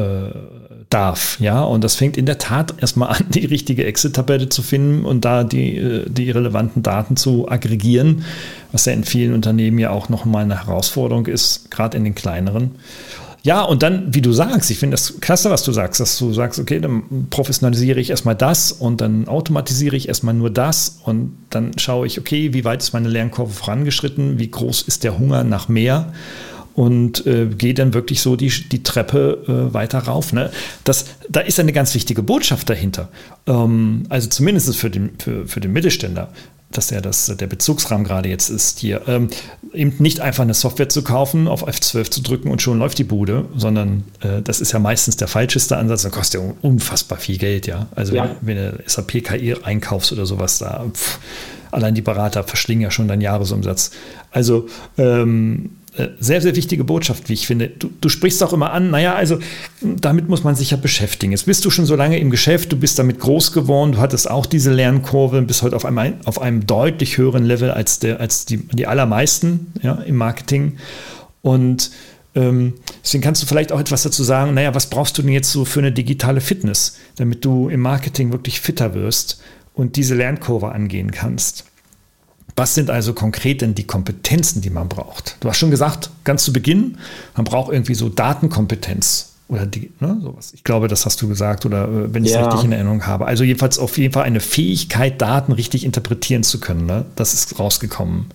darf. Ja, und das fängt in der Tat erstmal an, die richtige Excel-Tabelle zu finden und da die relevanten Daten zu aggregieren, was ja in vielen Unternehmen ja auch nochmal eine Herausforderung ist, gerade in den kleineren. Ja, und dann, wie du sagst, ich finde das klasse, was du sagst, dass du sagst, okay, dann professionalisiere ich erstmal das und dann automatisiere ich erstmal nur das und dann schaue ich, okay, wie weit ist meine Lernkurve vorangeschritten, wie groß ist der Hunger nach mehr und gehe dann wirklich so die Treppe weiter rauf. Ne? Da ist eine ganz wichtige Botschaft dahinter. Also zumindest für den Mittelständler, dass der Bezugsrahmen gerade jetzt ist hier, eben nicht einfach eine Software zu kaufen, auf F12 zu drücken und schon läuft die Bude, sondern das ist ja meistens der falscheste Ansatz, dann kostet ja unfassbar viel Geld, ja. Also wenn du SAP KI einkaufst oder sowas, da allein die Berater verschlingen ja schon deinen Jahresumsatz. Also sehr, sehr wichtige Botschaft, wie ich finde. Du sprichst auch immer an, also damit muss man sich ja beschäftigen. Jetzt bist du schon so lange im Geschäft, du bist damit groß geworden, du hattest auch diese Lernkurve, bist heute auf einem deutlich höheren Level als die allermeisten, ja, im Marketing. Und deswegen kannst du vielleicht auch etwas dazu sagen, was brauchst du denn jetzt so für eine digitale Fitness, damit du im Marketing wirklich fitter wirst und diese Lernkurve angehen kannst. Was sind also konkret denn die Kompetenzen, die man braucht? Du hast schon gesagt, ganz zu Beginn, man braucht irgendwie so Datenkompetenz oder sowas. Ich glaube, das hast du gesagt oder wenn ich es richtig in Erinnerung habe. Also jedenfalls auf jeden Fall eine Fähigkeit, Daten richtig interpretieren zu können. Ne? Das ist rausgekommen.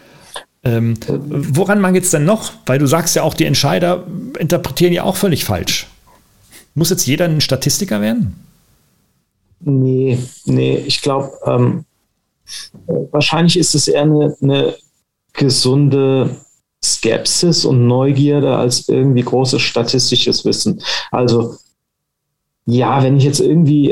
Woran mangelt es denn noch? Weil du sagst ja auch, die Entscheider interpretieren ja auch völlig falsch. Muss jetzt jeder ein Statistiker werden? Nee, ich glaube, wahrscheinlich ist es eher eine gesunde Skepsis und Neugierde als irgendwie großes statistisches Wissen. Also ja, wenn ich jetzt irgendwie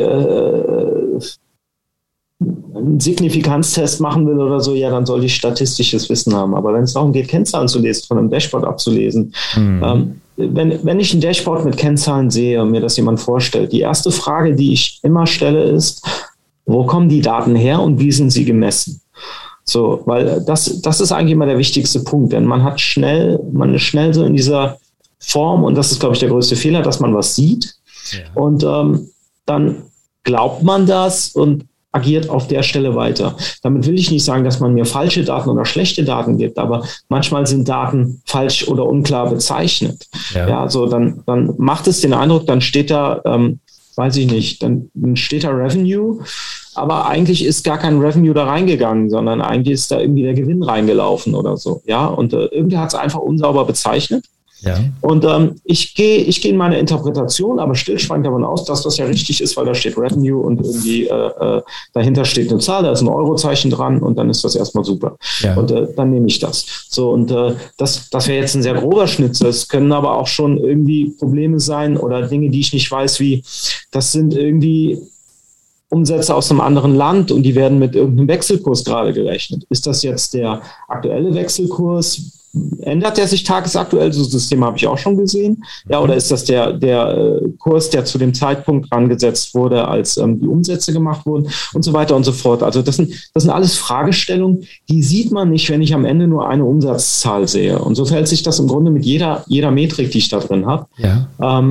einen Signifikanztest machen will oder so, ja, dann sollte ich statistisches Wissen haben. Aber wenn es darum geht, Kennzahlen zu lesen, von einem Dashboard abzulesen, wenn ich ein Dashboard mit Kennzahlen sehe und mir das jemand vorstellt, die erste Frage, die ich immer stelle, ist, wo kommen die Daten her und wie sind sie gemessen? So, weil das ist eigentlich immer der wichtigste Punkt, denn man ist schnell so in dieser Form und das ist, glaube ich, der größte Fehler, dass man was sieht und dann glaubt man das und agiert auf der Stelle weiter. Damit will ich nicht sagen, dass man mir falsche Daten oder schlechte Daten gibt, aber manchmal sind Daten falsch oder unklar bezeichnet. Ja, so dann macht es den Eindruck, dann steht da weiß ich nicht, dann steht da Revenue, aber eigentlich ist gar kein Revenue da reingegangen, sondern eigentlich ist da irgendwie der Gewinn reingelaufen oder so. Ja, und irgendwie hat es einfach unsauber bezeichnet. Ja. Und ich gehe in meine Interpretation, aber stillschweigend davon aus, dass das ja richtig ist, weil da steht Revenue und irgendwie dahinter steht eine Zahl, da ist ein Eurozeichen dran und dann ist das erstmal super. Ja. Und dann nehme ich das. So, und das wäre jetzt ein sehr grober Schnitzel. Es können aber auch schon irgendwie Probleme sein oder Dinge, die ich nicht weiß, wie das sind irgendwie Umsätze aus einem anderen Land und die werden mit irgendeinem Wechselkurs gerade gerechnet. Ist das jetzt der aktuelle Wechselkurs? Ändert der sich tagesaktuell? So das Thema habe ich auch schon gesehen. Ja, oder ist das der Kurs, der zu dem Zeitpunkt angesetzt wurde, als die Umsätze gemacht wurden und so weiter und so fort. Also das sind alles Fragestellungen, die sieht man nicht, wenn ich am Ende nur eine Umsatzzahl sehe. Und so verhält sich das im Grunde mit jeder Metrik, die ich da drin habe. Ja.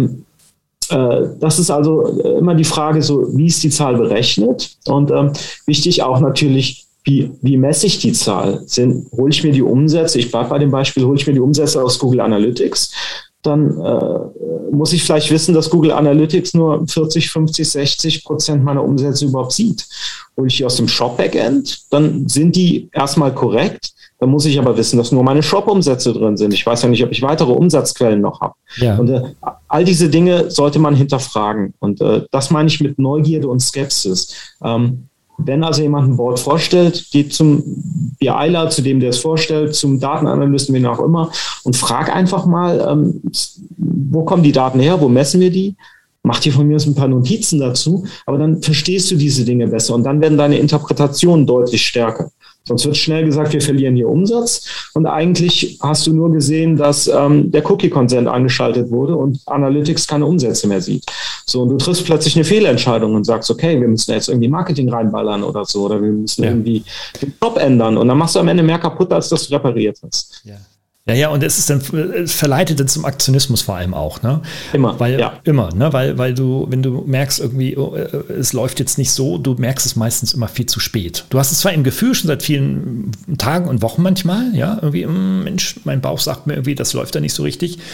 Das ist also immer die Frage, so wie ist die Zahl berechnet? Und wichtig auch natürlich, wie messe ich die Zahl? Hole ich mir die Umsätze, ich bleibe bei dem Beispiel, hole ich mir die Umsätze aus Google Analytics, dann muss ich vielleicht wissen, dass Google Analytics nur 40, 50, 60% meiner Umsätze überhaupt sieht. Hole ich die aus dem Shop-Backend, dann sind die erstmal korrekt. Dann muss ich aber wissen, dass nur meine Shop-Umsätze drin sind. Ich weiß ja nicht, ob ich weitere Umsatzquellen noch habe. Ja. Und all diese Dinge sollte man hinterfragen. Und das meine ich mit Neugierde und Skepsis. Wenn also jemand ein Board vorstellt, geht zum BIler, zu dem der es vorstellt, zum Datenanalysten, wen auch immer, und frag einfach mal, wo kommen die Daten her, wo messen wir die? Mach dir von mir aus ein paar Notizen dazu, aber dann verstehst du diese Dinge besser und dann werden deine Interpretationen deutlich stärker. Sonst wird schnell gesagt, wir verlieren hier Umsatz und eigentlich hast du nur gesehen, dass der Cookie-Consent angeschaltet wurde und Analytics keine Umsätze mehr sieht. So, und du triffst plötzlich eine Fehlentscheidung und sagst, okay, wir müssen jetzt irgendwie Marketing reinballern oder so oder wir müssen irgendwie den Job ändern und dann machst du am Ende mehr kaputt, als dass du repariert hast. Ja. Ja, und es verleitet dann zum Aktionismus vor allem auch, ne? Immer, ne? Weil du, wenn du merkst irgendwie, es läuft jetzt nicht so, du merkst es meistens immer viel zu spät. Du hast es zwar im Gefühl schon seit vielen Tagen und Wochen manchmal, ja, irgendwie, Mensch, mein Bauch sagt mir irgendwie, das läuft da nicht so richtig,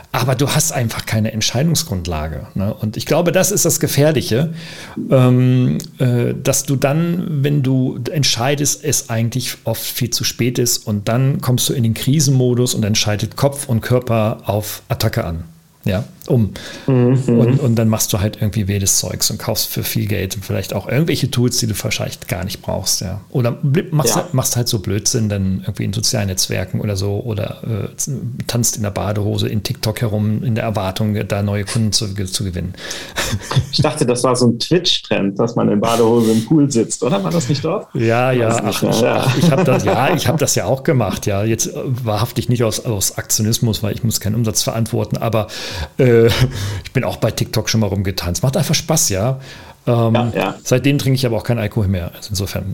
aber du hast einfach keine Entscheidungsgrundlage. Ne? Und ich glaube, das ist das Gefährliche, dass du dann, wenn du entscheidest, es eigentlich oft viel zu spät ist und dann kommst du in den Krisenmodus und dann schaltet Kopf und Körper auf Attacke an. Ja, und dann machst du halt irgendwie wildes Zeugs und kaufst für viel Geld und vielleicht auch irgendwelche Tools, die du vielleicht gar nicht brauchst, ja. Oder machst halt so Blödsinn dann irgendwie in sozialen Netzwerken oder so oder tanzt in der Badehose in TikTok herum in der Erwartung, da neue Kunden zu gewinnen. Ich dachte, das war so ein Twitch-Trend, dass man in Badehose im Pool sitzt, oder? War das nicht dort? Ja. Ich habe das ja auch gemacht, ja. Jetzt wahrhaftig nicht aus Aktionismus, weil ich muss keinen Umsatz verantworten, aber ich bin auch bei TikTok schon mal rumgetanzt. Macht einfach Spaß, ja. Seitdem trinke ich aber auch keinen Alkohol mehr. Also insofern.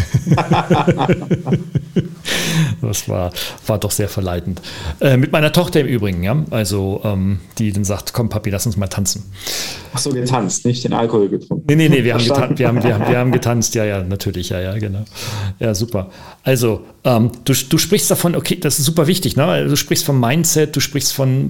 Das war doch sehr verleitend. Mit meiner Tochter im Übrigen, ja. Also, die dann sagt, komm Papi, lass uns mal tanzen. Ach so, getanzt, nicht den Alkohol getrunken. Nee, wir haben getanzt, ja, natürlich, ja, genau. Ja, super. Also, du sprichst davon, okay, das ist super wichtig, ne? Du sprichst vom Mindset, du sprichst von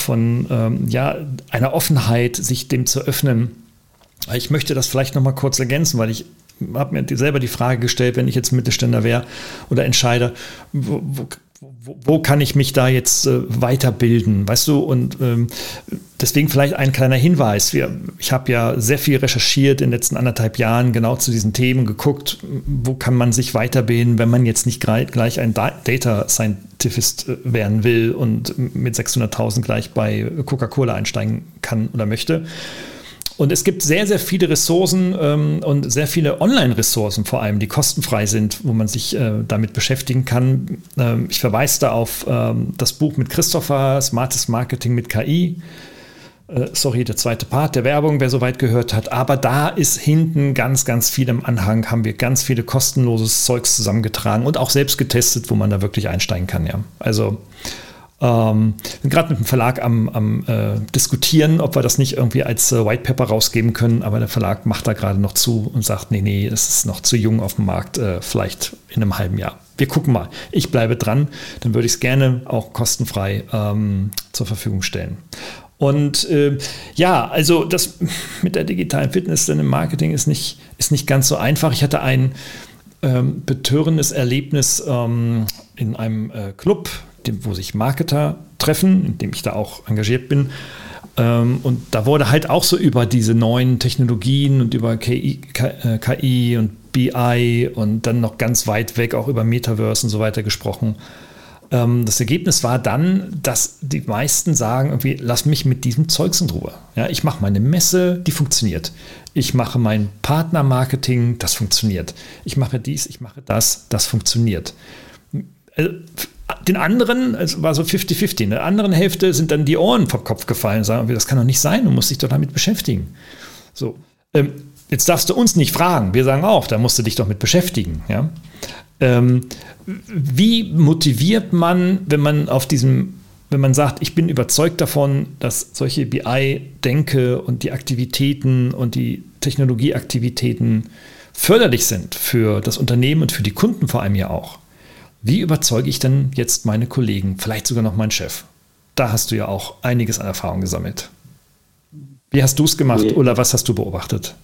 einer Offenheit, sich dem zu öffnen. Ich möchte das vielleicht noch mal kurz ergänzen, weil ich habe mir selber die Frage gestellt, wenn ich jetzt Mittelständler wäre oder Entscheider, wo kann ich mich da jetzt weiterbilden, weißt du? Und deswegen vielleicht ein kleiner Hinweis. Ich habe ja sehr viel recherchiert in den letzten 1,5 Jahren genau zu diesen Themen, geguckt, wo kann man sich weiterbilden, wenn man jetzt nicht gleich ein Data Scientist werden will und mit 600.000 gleich bei Coca-Cola einsteigen kann oder möchte. Und es gibt sehr, sehr viele Ressourcen und sehr viele Online-Ressourcen vor allem, die kostenfrei sind, wo man sich damit beschäftigen kann. Ich verweise da auf das Buch mit Christopher, Smartes Marketing mit KI. Der zweite Part der Werbung, wer soweit gehört hat. Aber da ist hinten ganz, ganz viel im Anhang, haben wir ganz viele kostenloses Zeugs zusammengetragen und auch selbst getestet, wo man da wirklich einsteigen kann. Ja. Also sind gerade mit dem Verlag am diskutieren, ob wir das nicht irgendwie als White Paper rausgeben können, aber der Verlag macht da gerade noch zu und sagt, nee, es ist noch zu jung auf dem Markt, vielleicht in einem halben Jahr. Wir gucken mal. Ich bleibe dran, dann würde ich es gerne auch kostenfrei zur Verfügung stellen. Und also das mit der digitalen Fitness dann im Marketing ist nicht ganz so einfach. Ich hatte ein betörendes Erlebnis in einem Club, wo sich Marketer treffen, in dem ich da auch engagiert bin. Und da wurde halt auch so über diese neuen Technologien und über KI und BI und dann noch ganz weit weg auch über Metaverse und so weiter gesprochen. Das Ergebnis war dann, dass die meisten sagen, irgendwie, lass mich mit diesem Zeugs in Ruhe. Ja, ich mache meine Messe, die funktioniert. Ich mache mein Partnermarketing, das funktioniert. Ich mache dies, ich mache das funktioniert. Den anderen, es war so 50-50, in der anderen Hälfte sind dann die Ohren vom Kopf gefallen und sagen, das kann doch nicht sein, du musst dich doch damit beschäftigen. So, jetzt darfst du uns nicht fragen, wir sagen auch, da musst du dich doch mit beschäftigen. Ja? Wie motiviert man, wenn man sagt, ich bin überzeugt davon, dass solche BI-Denke und die Aktivitäten und die Technologieaktivitäten förderlich sind für das Unternehmen und für die Kunden vor allem ja auch. Wie überzeuge ich denn jetzt meine Kollegen, vielleicht sogar noch meinen Chef? Da hast du ja auch einiges an Erfahrung gesammelt. Wie hast du es gemacht oder was hast du beobachtet?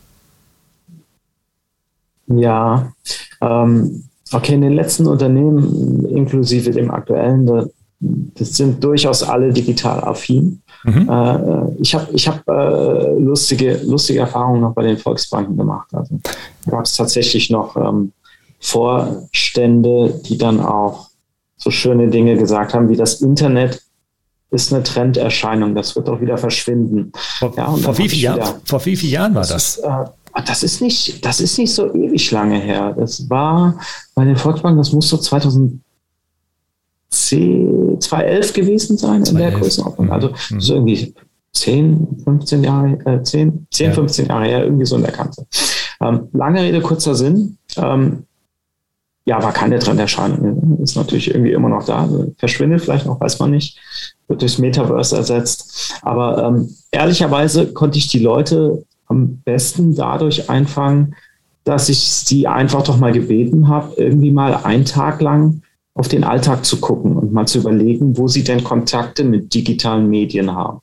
Ja, okay, in den letzten Unternehmen, inklusive dem aktuellen, das sind durchaus alle digital affin. Ich hab lustige Erfahrungen noch bei den Volksbanken gemacht. Also gab es tatsächlich noch Vorstände, die dann auch so schöne Dinge gesagt haben, wie das Internet ist eine Trenderscheinung, das wird auch wieder verschwinden. Vor wie vielen Jahren war das? Das ist nicht so ewig lange her. Das war bei den Volksbanken, das muss so 2011 gewesen sein, in der Größenordnung. Also so irgendwie 15 Jahre her, irgendwie so in der Kante. Lange Rede, kurzer Sinn. War keine Trenderscheinung. Ist natürlich irgendwie immer noch da. Verschwindet vielleicht noch, weiß man nicht. Wird durchs Metaverse ersetzt. Aber ehrlicherweise konnte ich die Leute am besten dadurch einfangen, dass ich sie einfach doch mal gebeten habe, irgendwie mal einen Tag lang auf den Alltag zu gucken und mal zu überlegen, wo sie denn Kontakte mit digitalen Medien haben.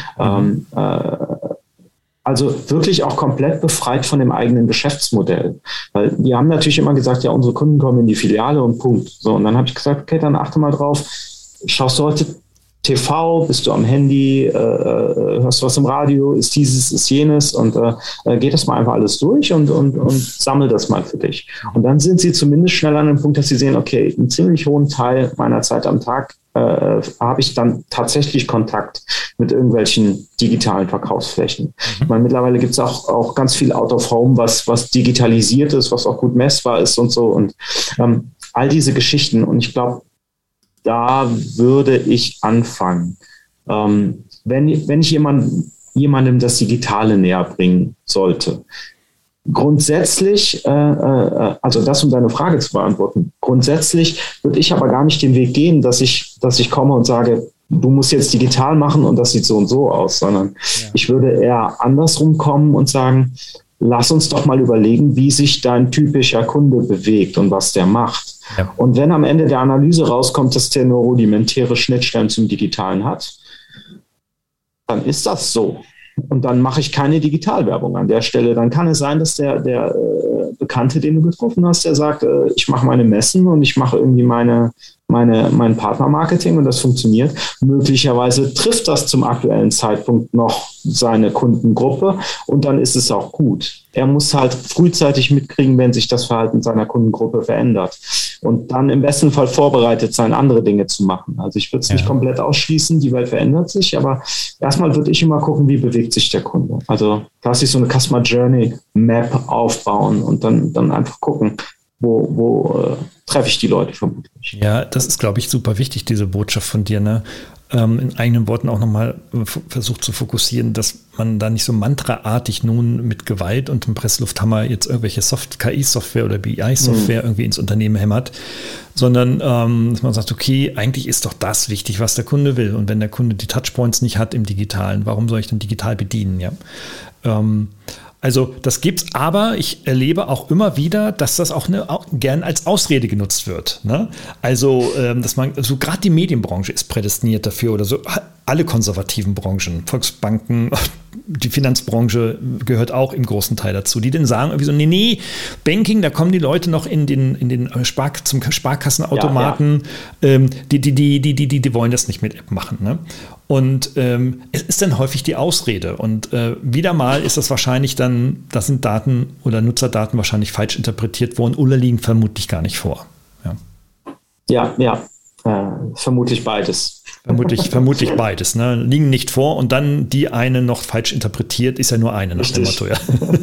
Also wirklich auch komplett befreit von dem eigenen Geschäftsmodell. Weil wir haben natürlich immer gesagt, ja, unsere Kunden kommen in die Filiale und Punkt. So, und dann habe ich gesagt, okay, dann achte mal drauf, schaust du heute TV, bist du am Handy, hörst du was im Radio, ist dieses, ist jenes und geh das mal einfach alles durch und sammel das mal für dich. Und dann sind sie zumindest schnell an dem Punkt, dass sie sehen, okay, einen ziemlich hohen Teil meiner Zeit am Tag habe ich dann tatsächlich Kontakt mit irgendwelchen digitalen Verkaufsflächen. Ich meine, mittlerweile gibt es auch ganz viel Out of Home, was digitalisiert ist, was auch gut messbar ist und so und all diese Geschichten. Und ich glaube, da würde ich anfangen. Wenn ich jemandem das Digitale näher bringen sollte. Grundsätzlich, also das, um deine Frage zu beantworten, grundsätzlich würde ich aber gar nicht den Weg gehen, dass ich komme und sage, du musst jetzt digital machen und das sieht so und so aus, sondern ich würde eher andersrum kommen und sagen, lass uns doch mal überlegen, wie sich dein typischer Kunde bewegt und was der macht. Ja. Und wenn am Ende der Analyse rauskommt, dass der nur rudimentäre Schnittstellen zum Digitalen hat, dann ist das so. Und dann mache ich keine Digitalwerbung an der Stelle. Dann kann es sein, dass der Bekannte, den du getroffen hast, der sagt, ich mache meine Messen und ich mache irgendwie mein Partnermarketing und das funktioniert. Möglicherweise trifft das zum aktuellen Zeitpunkt noch seine Kundengruppe und dann ist es auch gut. Er muss halt frühzeitig mitkriegen, wenn sich das Verhalten seiner Kundengruppe verändert und dann im besten Fall vorbereitet sein, andere Dinge zu machen. Also ich würde es nicht komplett ausschließen, die Welt verändert sich, aber erstmal würde ich immer gucken, wie bewegt sich der Kunde. Also lass ich so eine Customer Journey Map aufbauen und dann einfach gucken, wo treffe ich die Leute vermutlich. Ja, das ist, glaube ich, super wichtig, diese Botschaft von dir, ne? In eigenen Worten auch nochmal versucht zu fokussieren, dass man da nicht so mantraartig nun mit Gewalt und dem Presslufthammer jetzt irgendwelche KI-Software oder BI-Software irgendwie ins Unternehmen hämmert, sondern dass man sagt, okay, eigentlich ist doch das wichtig, was der Kunde will. Und wenn der Kunde die Touchpoints nicht hat im Digitalen, warum soll ich dann digital bedienen? Ja. Also das gibt's, aber ich erlebe auch immer wieder, dass das auch gern als Ausrede genutzt wird. Ne? Also, dass man, so gerade die Medienbranche ist prädestiniert dafür oder so, alle konservativen Branchen, Volksbanken, die Finanzbranche gehört auch im großen Teil dazu, die dann sagen irgendwie so, nee, Banking, da kommen die Leute noch zum Sparkassenautomaten, die wollen das nicht mit App machen. Ne? Und es ist dann häufig die Ausrede. Und wieder mal ist das wahrscheinlich dann, das sind Daten oder Nutzerdaten wahrscheinlich falsch interpretiert worden oder liegen vermutlich gar nicht vor. Ja, vermutlich beides. Vermutlich beides. Ne? Liegen nicht vor und dann die eine noch falsch interpretiert, ist ja nur eine nach dem Motto. Ja.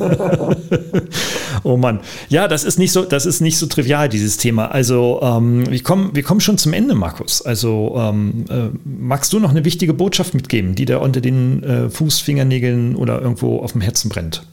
Oh Mann. Ja, das ist nicht so trivial, dieses Thema. Also wir kommen schon zum Ende, Markus. Also magst du noch eine wichtige Botschaft mitgeben, die da unter den Fußfingernägeln oder irgendwo auf dem Herzen brennt?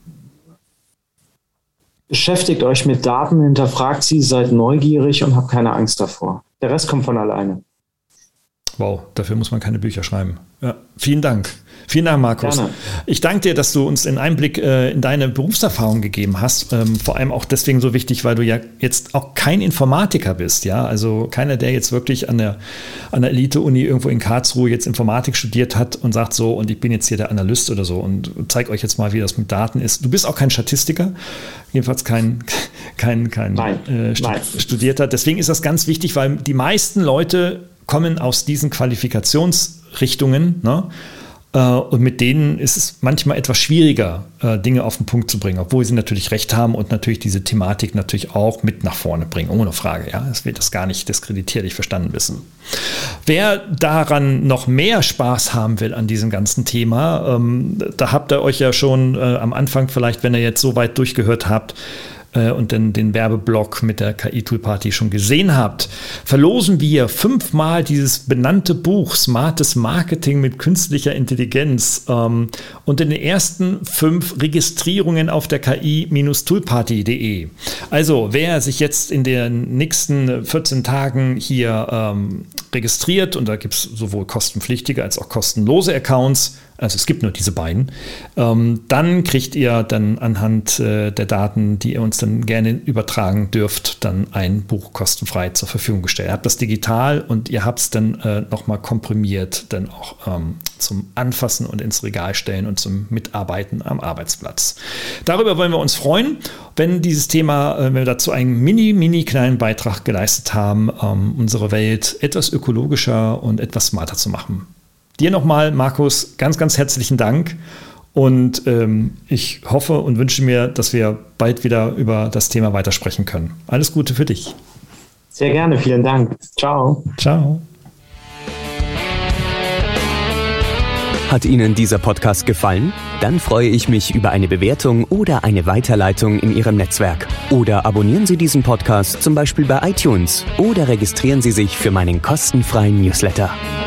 Beschäftigt euch mit Daten, hinterfragt sie, seid neugierig und habt keine Angst davor. Der Rest kommt von alleine. Wow, dafür muss man keine Bücher schreiben. Ja, vielen Dank. Vielen Dank, Markus. Gerne. Ich danke dir, dass du uns einen Einblick in deine Berufserfahrung gegeben hast. Vor allem auch deswegen so wichtig, weil du ja jetzt auch kein Informatiker bist. Ja, also keiner, der jetzt wirklich an der Elite-Uni irgendwo in Karlsruhe jetzt Informatik studiert hat und sagt so, und ich bin jetzt hier der Analyst oder so und zeige euch jetzt mal, wie das mit Daten ist. Du bist auch kein Statistiker, jedenfalls kein Studierter. Deswegen ist das ganz wichtig, weil die meisten Leute kommen aus diesen Qualifikationsrichtungen, ne? Und mit denen ist es manchmal etwas schwieriger, Dinge auf den Punkt zu bringen, obwohl sie natürlich recht haben und natürlich diese Thematik natürlich auch mit nach vorne bringen, ohne Frage. Ja, es wird das gar nicht diskreditierlich verstanden wissen. Wer daran noch mehr Spaß haben will an diesem ganzen Thema, da habt ihr euch ja schon am Anfang vielleicht, wenn ihr jetzt so weit durchgehört habt, und dann den Werbeblock mit der KI-Tool-Party schon gesehen habt, verlosen wir 5-mal dieses benannte Buch Smartes Marketing mit künstlicher Intelligenz unter den ersten 5 Registrierungen auf der ki-toolparty.de. Also wer sich jetzt in den nächsten 14 Tagen hier registriert, und da gibt es sowohl kostenpflichtige als auch kostenlose Accounts, Also es gibt nur diese beiden. Dann kriegt ihr dann anhand der Daten, die ihr uns dann gerne übertragen dürft, dann ein Buch kostenfrei zur Verfügung gestellt. Ihr habt das digital und ihr habt es dann nochmal komprimiert, dann auch zum Anfassen und ins Regal stellen und zum Mitarbeiten am Arbeitsplatz. Darüber wollen wir uns freuen, wenn dieses Thema, wenn wir dazu einen mini kleinen Beitrag geleistet haben, unsere Welt etwas ökologischer und etwas smarter zu machen. Dir nochmal, Markus, ganz, ganz herzlichen Dank und ich hoffe und wünsche mir, dass wir bald wieder über das Thema weitersprechen können. Alles Gute für dich. Sehr gerne, vielen Dank. Ciao. Ciao. Hat Ihnen dieser Podcast gefallen? Dann freue ich mich über eine Bewertung oder eine Weiterleitung in Ihrem Netzwerk. Oder abonnieren Sie diesen Podcast zum Beispiel bei iTunes oder registrieren Sie sich für meinen kostenfreien Newsletter.